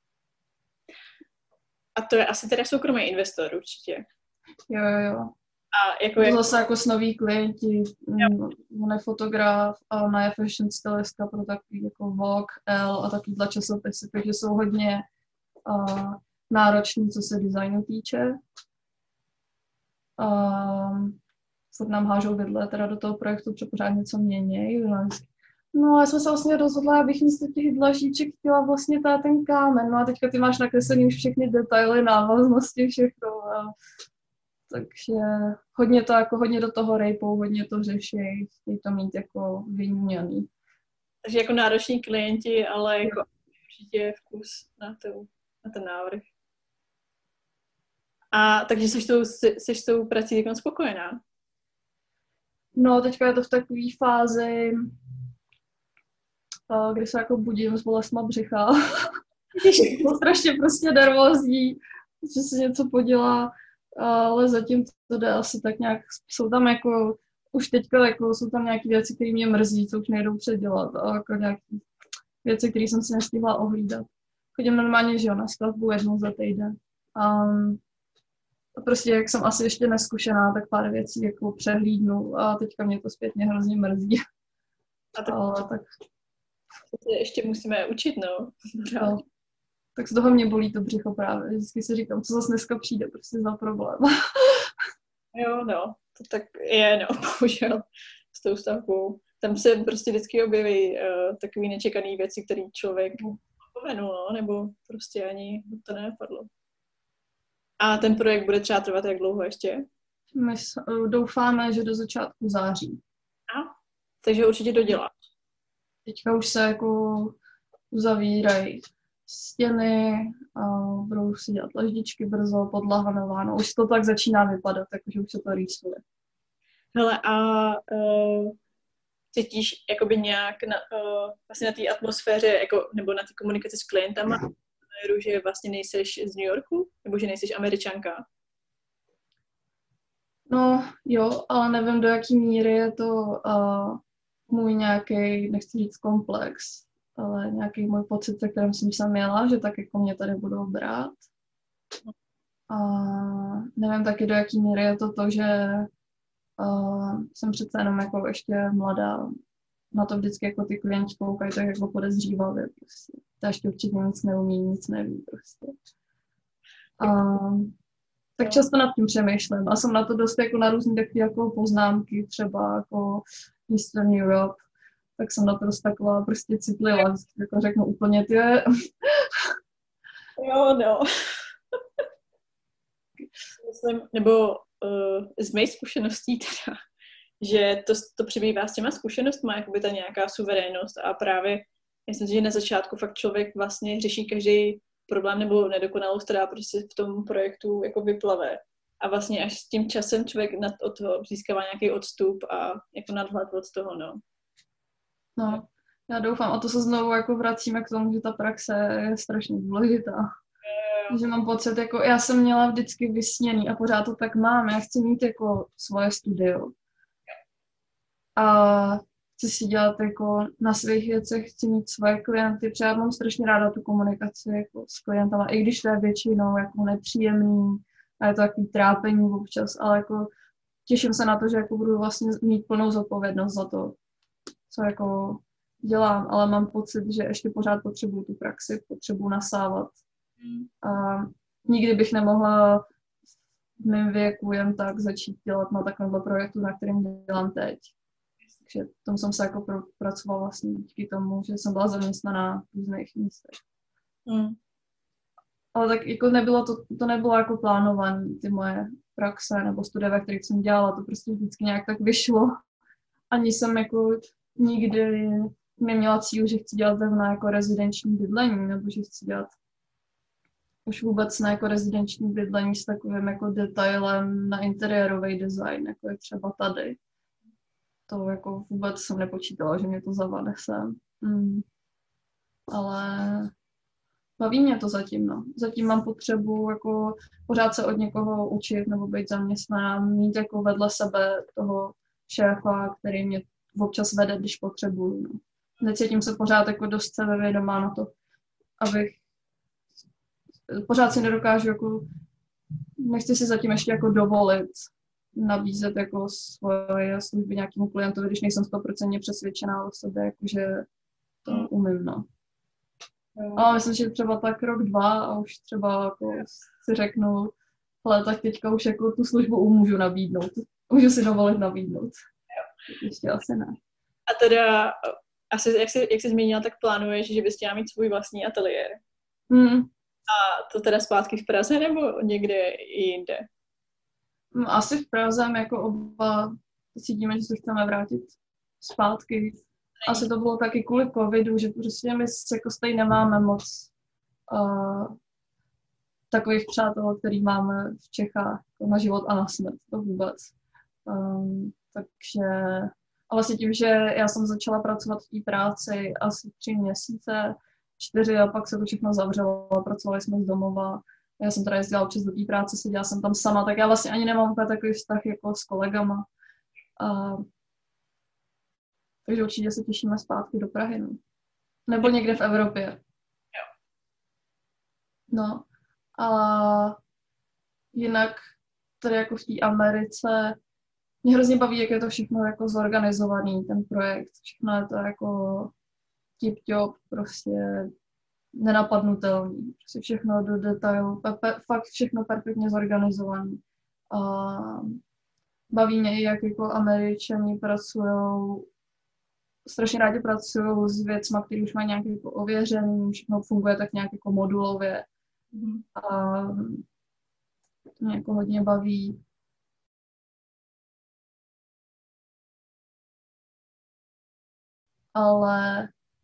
A to je asi teda soukromý investor určitě. Jo, jo, jo. A jako to jak... zase jako s noví klienti, on je fotograf a ona je fashion stylistka pro takový jako Vogue, Elle a takovýhle časopisy, takže jsou hodně uh, náročný, co se designu týče. Um, furt nám hážou vidle teda do toho projektu, protože pořád něco měnějí. No já jsem se vlastně rozhodla, abych místo těch dlažíček chtěla vlastně tady ten kámen. No a teďka ty máš nakreslený už všechny detaily, návaznosti, všechno. A... Takže hodně to jako hodně do toho rejpou, hodně to řeší, chtějí to mít jako vyměněný. Takže jako nároční klienti, ale jako určitě vkus na, tu, na ten návrh. A takže jsi tou, jsi s tou prací jako spokojená? No, teďka je to v takové fázi, kdy se jako budím s bolestma břicha. Jsem strašně prostě nervózní, že se něco podělá, ale zatím to jde asi tak nějak, jsou tam jako, už teďka jako jsou tam nějaké věci, které mě mrzí, co už nejdou předělat, a jako nějaké věci, které jsem si nestihla ohlídat. Chodím normálně, že jo, na stavbu jednou za týden. Um, a prostě, jak jsem asi ještě neskušená, tak pár věcí jako přehlídnu a teďka mě to zpětně hrozně mrzí. A tak, ale, tak to se ještě musíme učit, no. no. Tak z toho mě bolí to břicho právě. Vždycky si říkám, co zase dneska přijde prostě za problém. Jo, no, to tak je, no, bohužel, s tou stavbou. Tam se prostě vždycky objeví uh, takový nečekaný věci, které člověk pomenul, no, nebo prostě ani to nenapadlo. A ten projekt bude třeba trvat jak dlouho ještě? My doufáme, že do začátku září. A? Takže určitě doděláš. Teďka už se jako uzavírají stěny, a budou si dělat laždičky brzo, podlaha nová, no už to tak začíná vypadat, takže už se to rýsuje. Hele, a uh, cítíš jakoby nějak na, uh, vlastně na té atmosféře, jako, nebo na té komunikaci s klientama, že vlastně nejseš z New Yorku, nebo že nejseš Američanka? No jo, ale nevím, do jaký míry je to uh, můj nějaký, nechci říct komplex, ale nějaký můj pocit, se kterým jsem se měla, že tak jako mě tady budou brát. A nevím taky, do jaký míry je to to, že uh, jsem přece jenom jako ještě mladá. Na to vždycky jako ty klienti koukají tak jako podezřívavě prostě. Ta ještě určitě nic neumí, nic neví prostě. Uh, tak často nad tím přemýšlím a jsem na to dost jako na různý takové jako poznámky, třeba jako Eastern Europe, tak jsem na to dost taková prostě citlivá, jako řeknu úplně ty. Jo, no. Myslím, nebo uh, z mých zkušeností teda, že to, to přibývá s těma zkušenostmi, jakoby ta nějaká suverénnost a právě myslím si, že na začátku fakt člověk vlastně řeší každý problém nebo nedokonalost, která prostě v tom projektu jako vyplave. A vlastně až s tím časem člověk nad, od toho získává nějaký odstup a jako nadhled od toho, no. No, já doufám. A to se znovu jako vracíme k tomu, že ta praxe je strašně důležitá. Že mám pocit, jako já jsem měla vždycky vysněný a pořád to tak mám. Já chci mít jako svoje studio. A chci si dělat jako na svých věcech, chci mít svoje klienty, protože já mám strašně ráda tu komunikaci jako s klientama, i když to je většinou jako nepříjemný a je to takový trápení občas, ale jako těším se na to, že jako budu vlastně mít plnou zodpovědnost za to, co jako dělám, ale mám pocit, že ještě pořád potřebuju tu praxi, potřebuju nasávat. A nikdy bych nemohla v mém věku jen tak začít dělat na takovémhle projektu, na kterém dělám teď. Takže v tom jsem se jako pracovala vlastně díky tomu, že jsem byla zaměstnaná v různých místech. Mm. Ale tak jako nebylo to, to nebylo jako plánované, ty moje praxe nebo studie, ve kterých jsem dělala, to prostě vždycky nějak tak vyšlo. Ani jsem jako nikdy neměla cíl, že chci dělat zrovna jako rezidenční bydlení, nebo že chci dělat už vůbec ne jako rezidenční bydlení s takovým jako detailem na interiérový design, jako je třeba tady. To jako vůbec jsem nepočítala, že mě to zavade sem. Mm. Ale baví mě to zatím, no. Zatím mám potřebu jako pořád se od někoho učit nebo být zaměstnaná, mít jako vedle sebe toho šéfa, který mě občas vede, když potřebuju. No. Necítím se pořád jako dost sebevědomá na to, abych pořád si nedokážu jako, nechci si zatím ještě jako dovolit nabízet jako svoje služby nějakému klientovi, když nejsem sto procent přesvědčená o sobě, jakože to umím, no. Jo. Ale myslím, že třeba tak rok, dva a už třeba jako si řeknu, ale tak teďka už jako tu službu můžu nabídnout. Můžu si dovolit nabídnout. Jo. Ještě asi ne. A teda, asi, jak jsi, jak jsi zmínila, tak plánuješ, že bys chtěla mít svůj vlastní ateliér. Hmm. A to teda zpátky v Praze nebo někde jinde? Asi v Praze, jako oba cítíme, že se chceme vrátit zpátky. Asi to bylo taky kvůli covidu, že prostě my jako stejně nemáme moc uh, takových přátel, který máme v Čechách jako na život a na smrt, to vůbec. Um, takže a vlastně tím, že já jsem začala pracovat v té práci asi tři měsíce, čtyři a pak se to všechno zavřelo, pracovali jsme z domova. Já jsem teda jezdila občas do té práce, seděla jsem tam sama, tak já vlastně ani nemám úplně takový vztah jako s kolegama. Uh, takže určitě se těšíme zpátky do Prahy, no. Nebo někde v Evropě. Jo. No, a jinak tady jako v té Americe mě hrozně baví, jak je to všechno jako zorganizovaný, ten projekt. Všechno je to jako tip-top, prostě nenapadnutelný. Prostě všechno do detailu, pe- fakt všechno perfektně zorganizovaný. A baví mě i, jak jako Američani pracujou, strašně rádi pracují s věcma, které už mají nějak jako ověřený, všechno funguje tak nějak jako modulově. Mm. A to mě jako hodně baví. Ale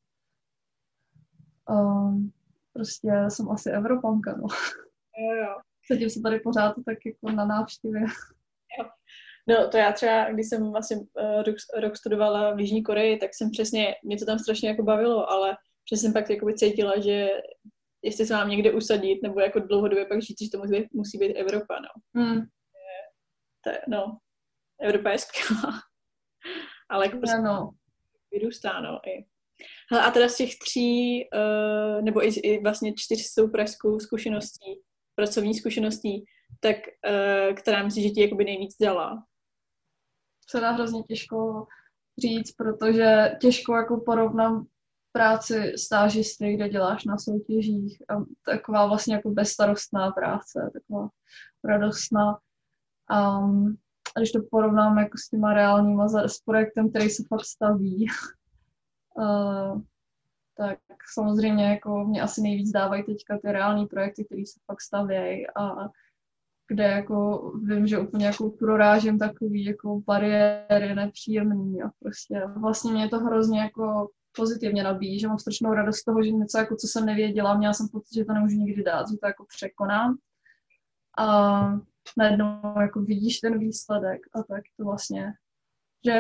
um, prostě jsem asi Evropanka, no. Jo, jo. Sedím se tady pořád tak jako na návštěvě. Jo. No to já třeba, když jsem vlastně uh, rok, rok studovala v Jižní Koreji, tak jsem přesně, mě to tam strašně jako bavilo, ale přesně jsem pak jakoby cítila, že jestli se mám někde usadit, nebo jako dlouhodobě pak žít, že to musí, musí být Evropa, no. Mm. To je, no, Evropa je skvělá. Ale jako prostě no. vyrůstá, no. I. Hele, a teda z těch tří, uh, nebo i, i vlastně čtyř s tou pražskou zkušeností, pracovní zkušeností, tak uh, která myslíš, že ti jakoby nejvíc dala? Se dá hrozně těžko říct, protože těžko jako porovnám práci stážisty, kde děláš na soutěžích a taková vlastně jako bezstarostná práce, taková radostná. Um, a když to porovnám jako s těma reálníma, s projektem, který se fakt staví, uh, tak samozřejmě jako mě asi nejvíc dávají teďka ty reální projekty, které se fakt stavějí a kde jako vím, že úplně jako prorážím takový jako bariéry nepříjemný a prostě vlastně mě to hrozně jako pozitivně nabíjí, že mám strašnou radost z toho, že něco jako co jsem nevěděla, měla jsem pocit, že to nemůžu nikdy dát, že to jako překonám a najednou jako vidíš ten výsledek a tak to vlastně, že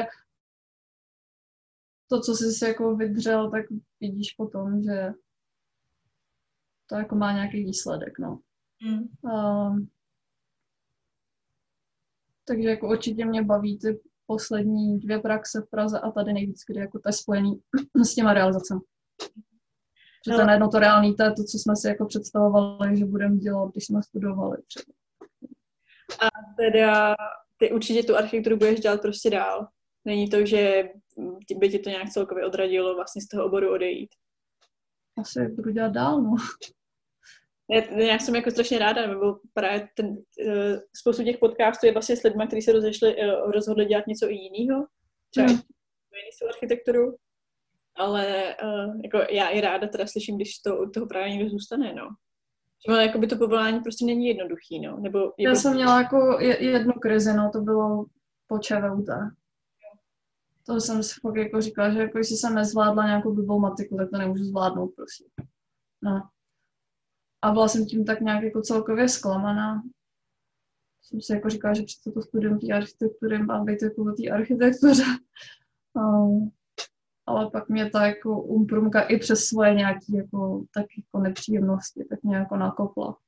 to, co jsi si jako vydřel, tak vidíš potom, že to jako má nějaký výsledek, no. Mm. Um, takže jako určitě mě baví ty poslední dvě praxe v Praze a tady nejvíc, kdy jako to je spojený s těma realizacemi. Že to je najednou to reálný, to je to, co jsme si jako představovali, že budeme dělat, když jsme studovali třeba. A teda ty určitě tu architekturu budeš dělat prostě dál. Není to, že by ti to nějak celkově odradilo vlastně z toho oboru odejít. Asi budu dělat dál, no. Já, já jsem jako strašně ráda, nebo právě ten, uh, spoustu těch podcastů je vlastně s lidmi, kteří se rozešli, uh, rozhodli dělat něco i jiného, třeba hmm. jinou architekturu, ale uh, jako já i ráda teda slyším, když to od toho právě někdo zůstane, no. Že jako by to povolání prostě není jednoduchý, no. Nebo je já prostě... jsem měla jako jednu krizi, no, to bylo po ČVUT. To jsem si fakt jako říkala, že jako jestli jsem nezvládla nějakou blbou matiku, tak to nemůžu zvládnout prostě. No. A byla jsem tím tak nějak jako celkově zklamaná. Jsem si jako říkala, že přece to studium té architektury má být jako o té architektuře. Um, ale pak mě ta jako umprumka i přes svoje nějaké jako, tak jako nepříjemnosti tak mě jako nakopla.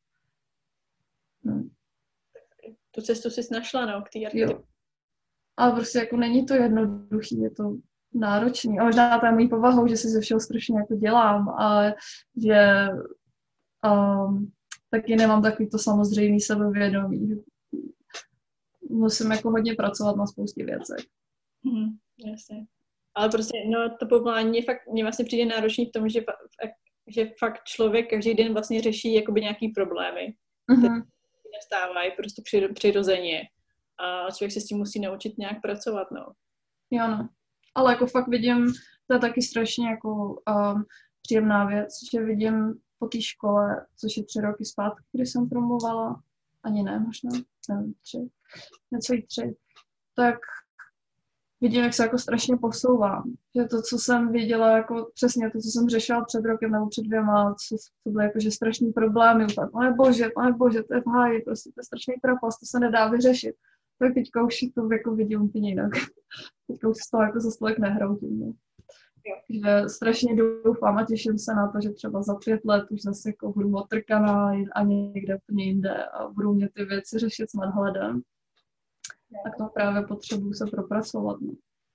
Hmm. Tu cestu jsi našla, no, k té architektuře. Ale prostě jako není to jednoduchý, je to náročný. A možná to je mojí povahou, že si ze všeho strašně jako dělám a že um, taky nemám takový to samozřejmý sebevědomí. Musím jako hodně pracovat na spoustě věcech. Mm, jasně. Ale prostě, no, to povolání je fakt, mě vlastně přijde náročný v tom, že, že fakt člověk každý den vlastně řeší jakoby nějaký problémy, mm-hmm. které nastávají prostě přirozeně. A člověk se s tím musí naučit nějak pracovat, no. Jo, no. Ale jako fakt vidím, to je taky strašně jako um, příjemná věc, že vidím po té škole, což je tři roky zpátky, kdy jsem promovala, ani ne, možná, nevím, tři, necelý tři, tak vidím, jak se jako strašně posouvám. Že to, co jsem viděla, jako přesně to, co jsem řešila před rokem nebo před dvěma, co, co byly jakože strašný problémy, tak, pane bože, pane bože, to je v háji, prostě to je strašný trapas, to se nedá vyřešit. Tak teďka už to jako vidím úplně jinak. Teďka už z toho jako za stolek nehroutím. No. Takže strašně doufám a těším se na to, že třeba za pět let už zase jako budu otrkaná a někde úplně jinde a budu mě ty věci řešit s nadhledem. Tak to právě potřebuju se propracovat. No.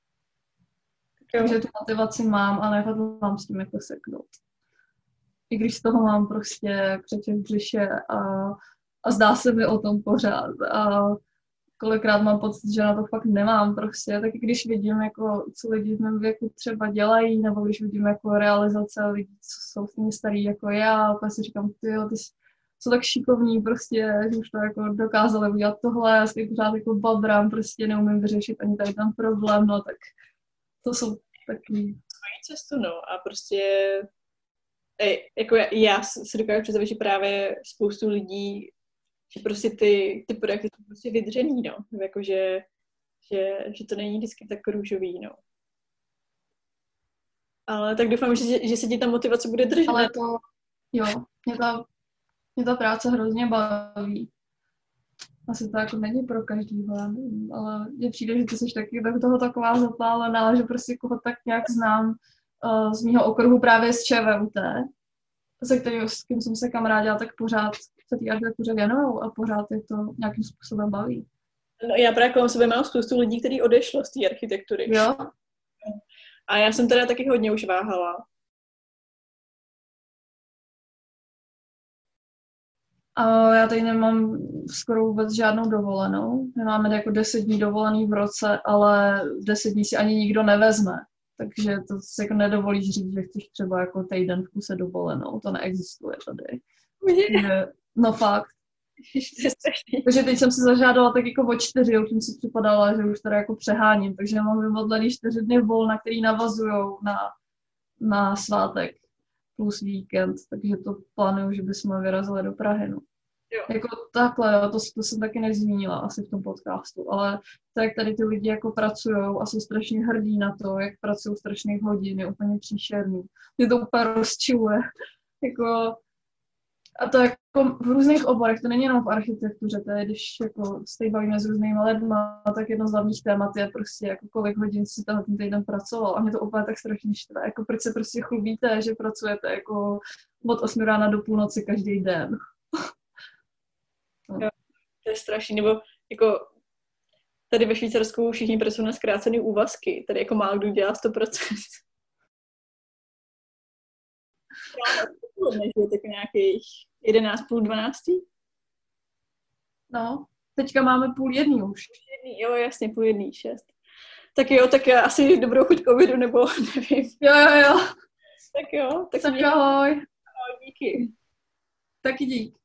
Takže tu motivaci mám, ale nehodlám s tím jako seknout. I když z toho mám prostě křeček v břiše a, a zdá se mi o tom pořád. A kolikrát mám pocit, že na to fakt nemám prostě, tak když vidím, jako, co lidi v mém věku třeba dělají, nebo když vidím jako realizace lidí, co jsou stejně starý jako já, pak si říkám, tyjo, ty jsou tak šikovní prostě, že už to jako dokázali udělat tohle, já si pořád jako babrám, prostě neumím vyřešit ani tady ten problém, no tak to jsou takový... Svojí cestu, no a prostě ej, jako já, já si dokážu představit, že právě spoustu lidí že prostě ty, ty projekty jsou prostě vydřený, no. Jakože, že, že to není vždycky tak růžový, no. Ale tak doufám, že, že se ti ta motivace bude držet. Ale to, jo, mě ta, mě ta práce hrozně baví. Asi to jako není pro každýho, ale mně přijde, že ty jsi taky tak toho taková zapálená, že prostě koho tak nějak znám uh, z mýho okruhu právě z ČVUT, se kterým, s kým jsem se kamarádila, tak pořád se té architektuře věnujou a pořád je to nějakým způsobem baví. No, já právě kolem sebe mám spoustu lidí, kteří odešlo z té architektury. Jo. A já jsem teda taky hodně už váhala. A já tady nemám skoro vůbec žádnou dovolenou. My máme jako deset dní dovolený v roce, ale deset dní si ani nikdo nevezme. Takže to si jako nedovolíš říct, že chceš třeba jako týden v kuse dovolenou. To neexistuje tady. Takže, no fakt. Takže teď jsem si zažádala tak jako o čtyři, už jsem si připadala, že už teda jako přeháním. Takže mám vymodlený čtyři dny volna, který navazujou na, na svátek plus víkend. Takže to plánuju, že bychom vyrazili do Prahy. No. Jo. Jako takhle, jo, to, to jsem taky nezmínila asi v tom podcastu, ale tak tady ty lidi jako pracujou a jsou strašně hrdí na to, jak pracují strašných hodin, je úplně příšerný. Mě to úplně rozčiluje. Jako, a to jako v různých oborech, to není jenom v architektuře, to je, když jako se bavíme s různými lidma, tak jedno z hlavních témat je prostě jako kolik hodin si tenhle ten týden pracoval a mě to úplně tak strašně štve, jako proč se prostě chlubíte, že pracujete jako od osmi rána do půlnoci každý den. Jo, to je strašný, nebo jako tady ve Švýcarsku všichni pracují na zkrácený úvazky, tady jako málo kdo dělá sto procent. Já tak nějakých jedenáct, půl dvanáctý? No, teďka máme půl jedný už. Půl jedný, jo, jasně, půl jedný, šest. Tak jo, tak já asi dobrou chuť k obědu, nebo nevím. Jo, jo, jo. Tak jo. Tak, tak ahoj. Ahoj, díky. Taky dík.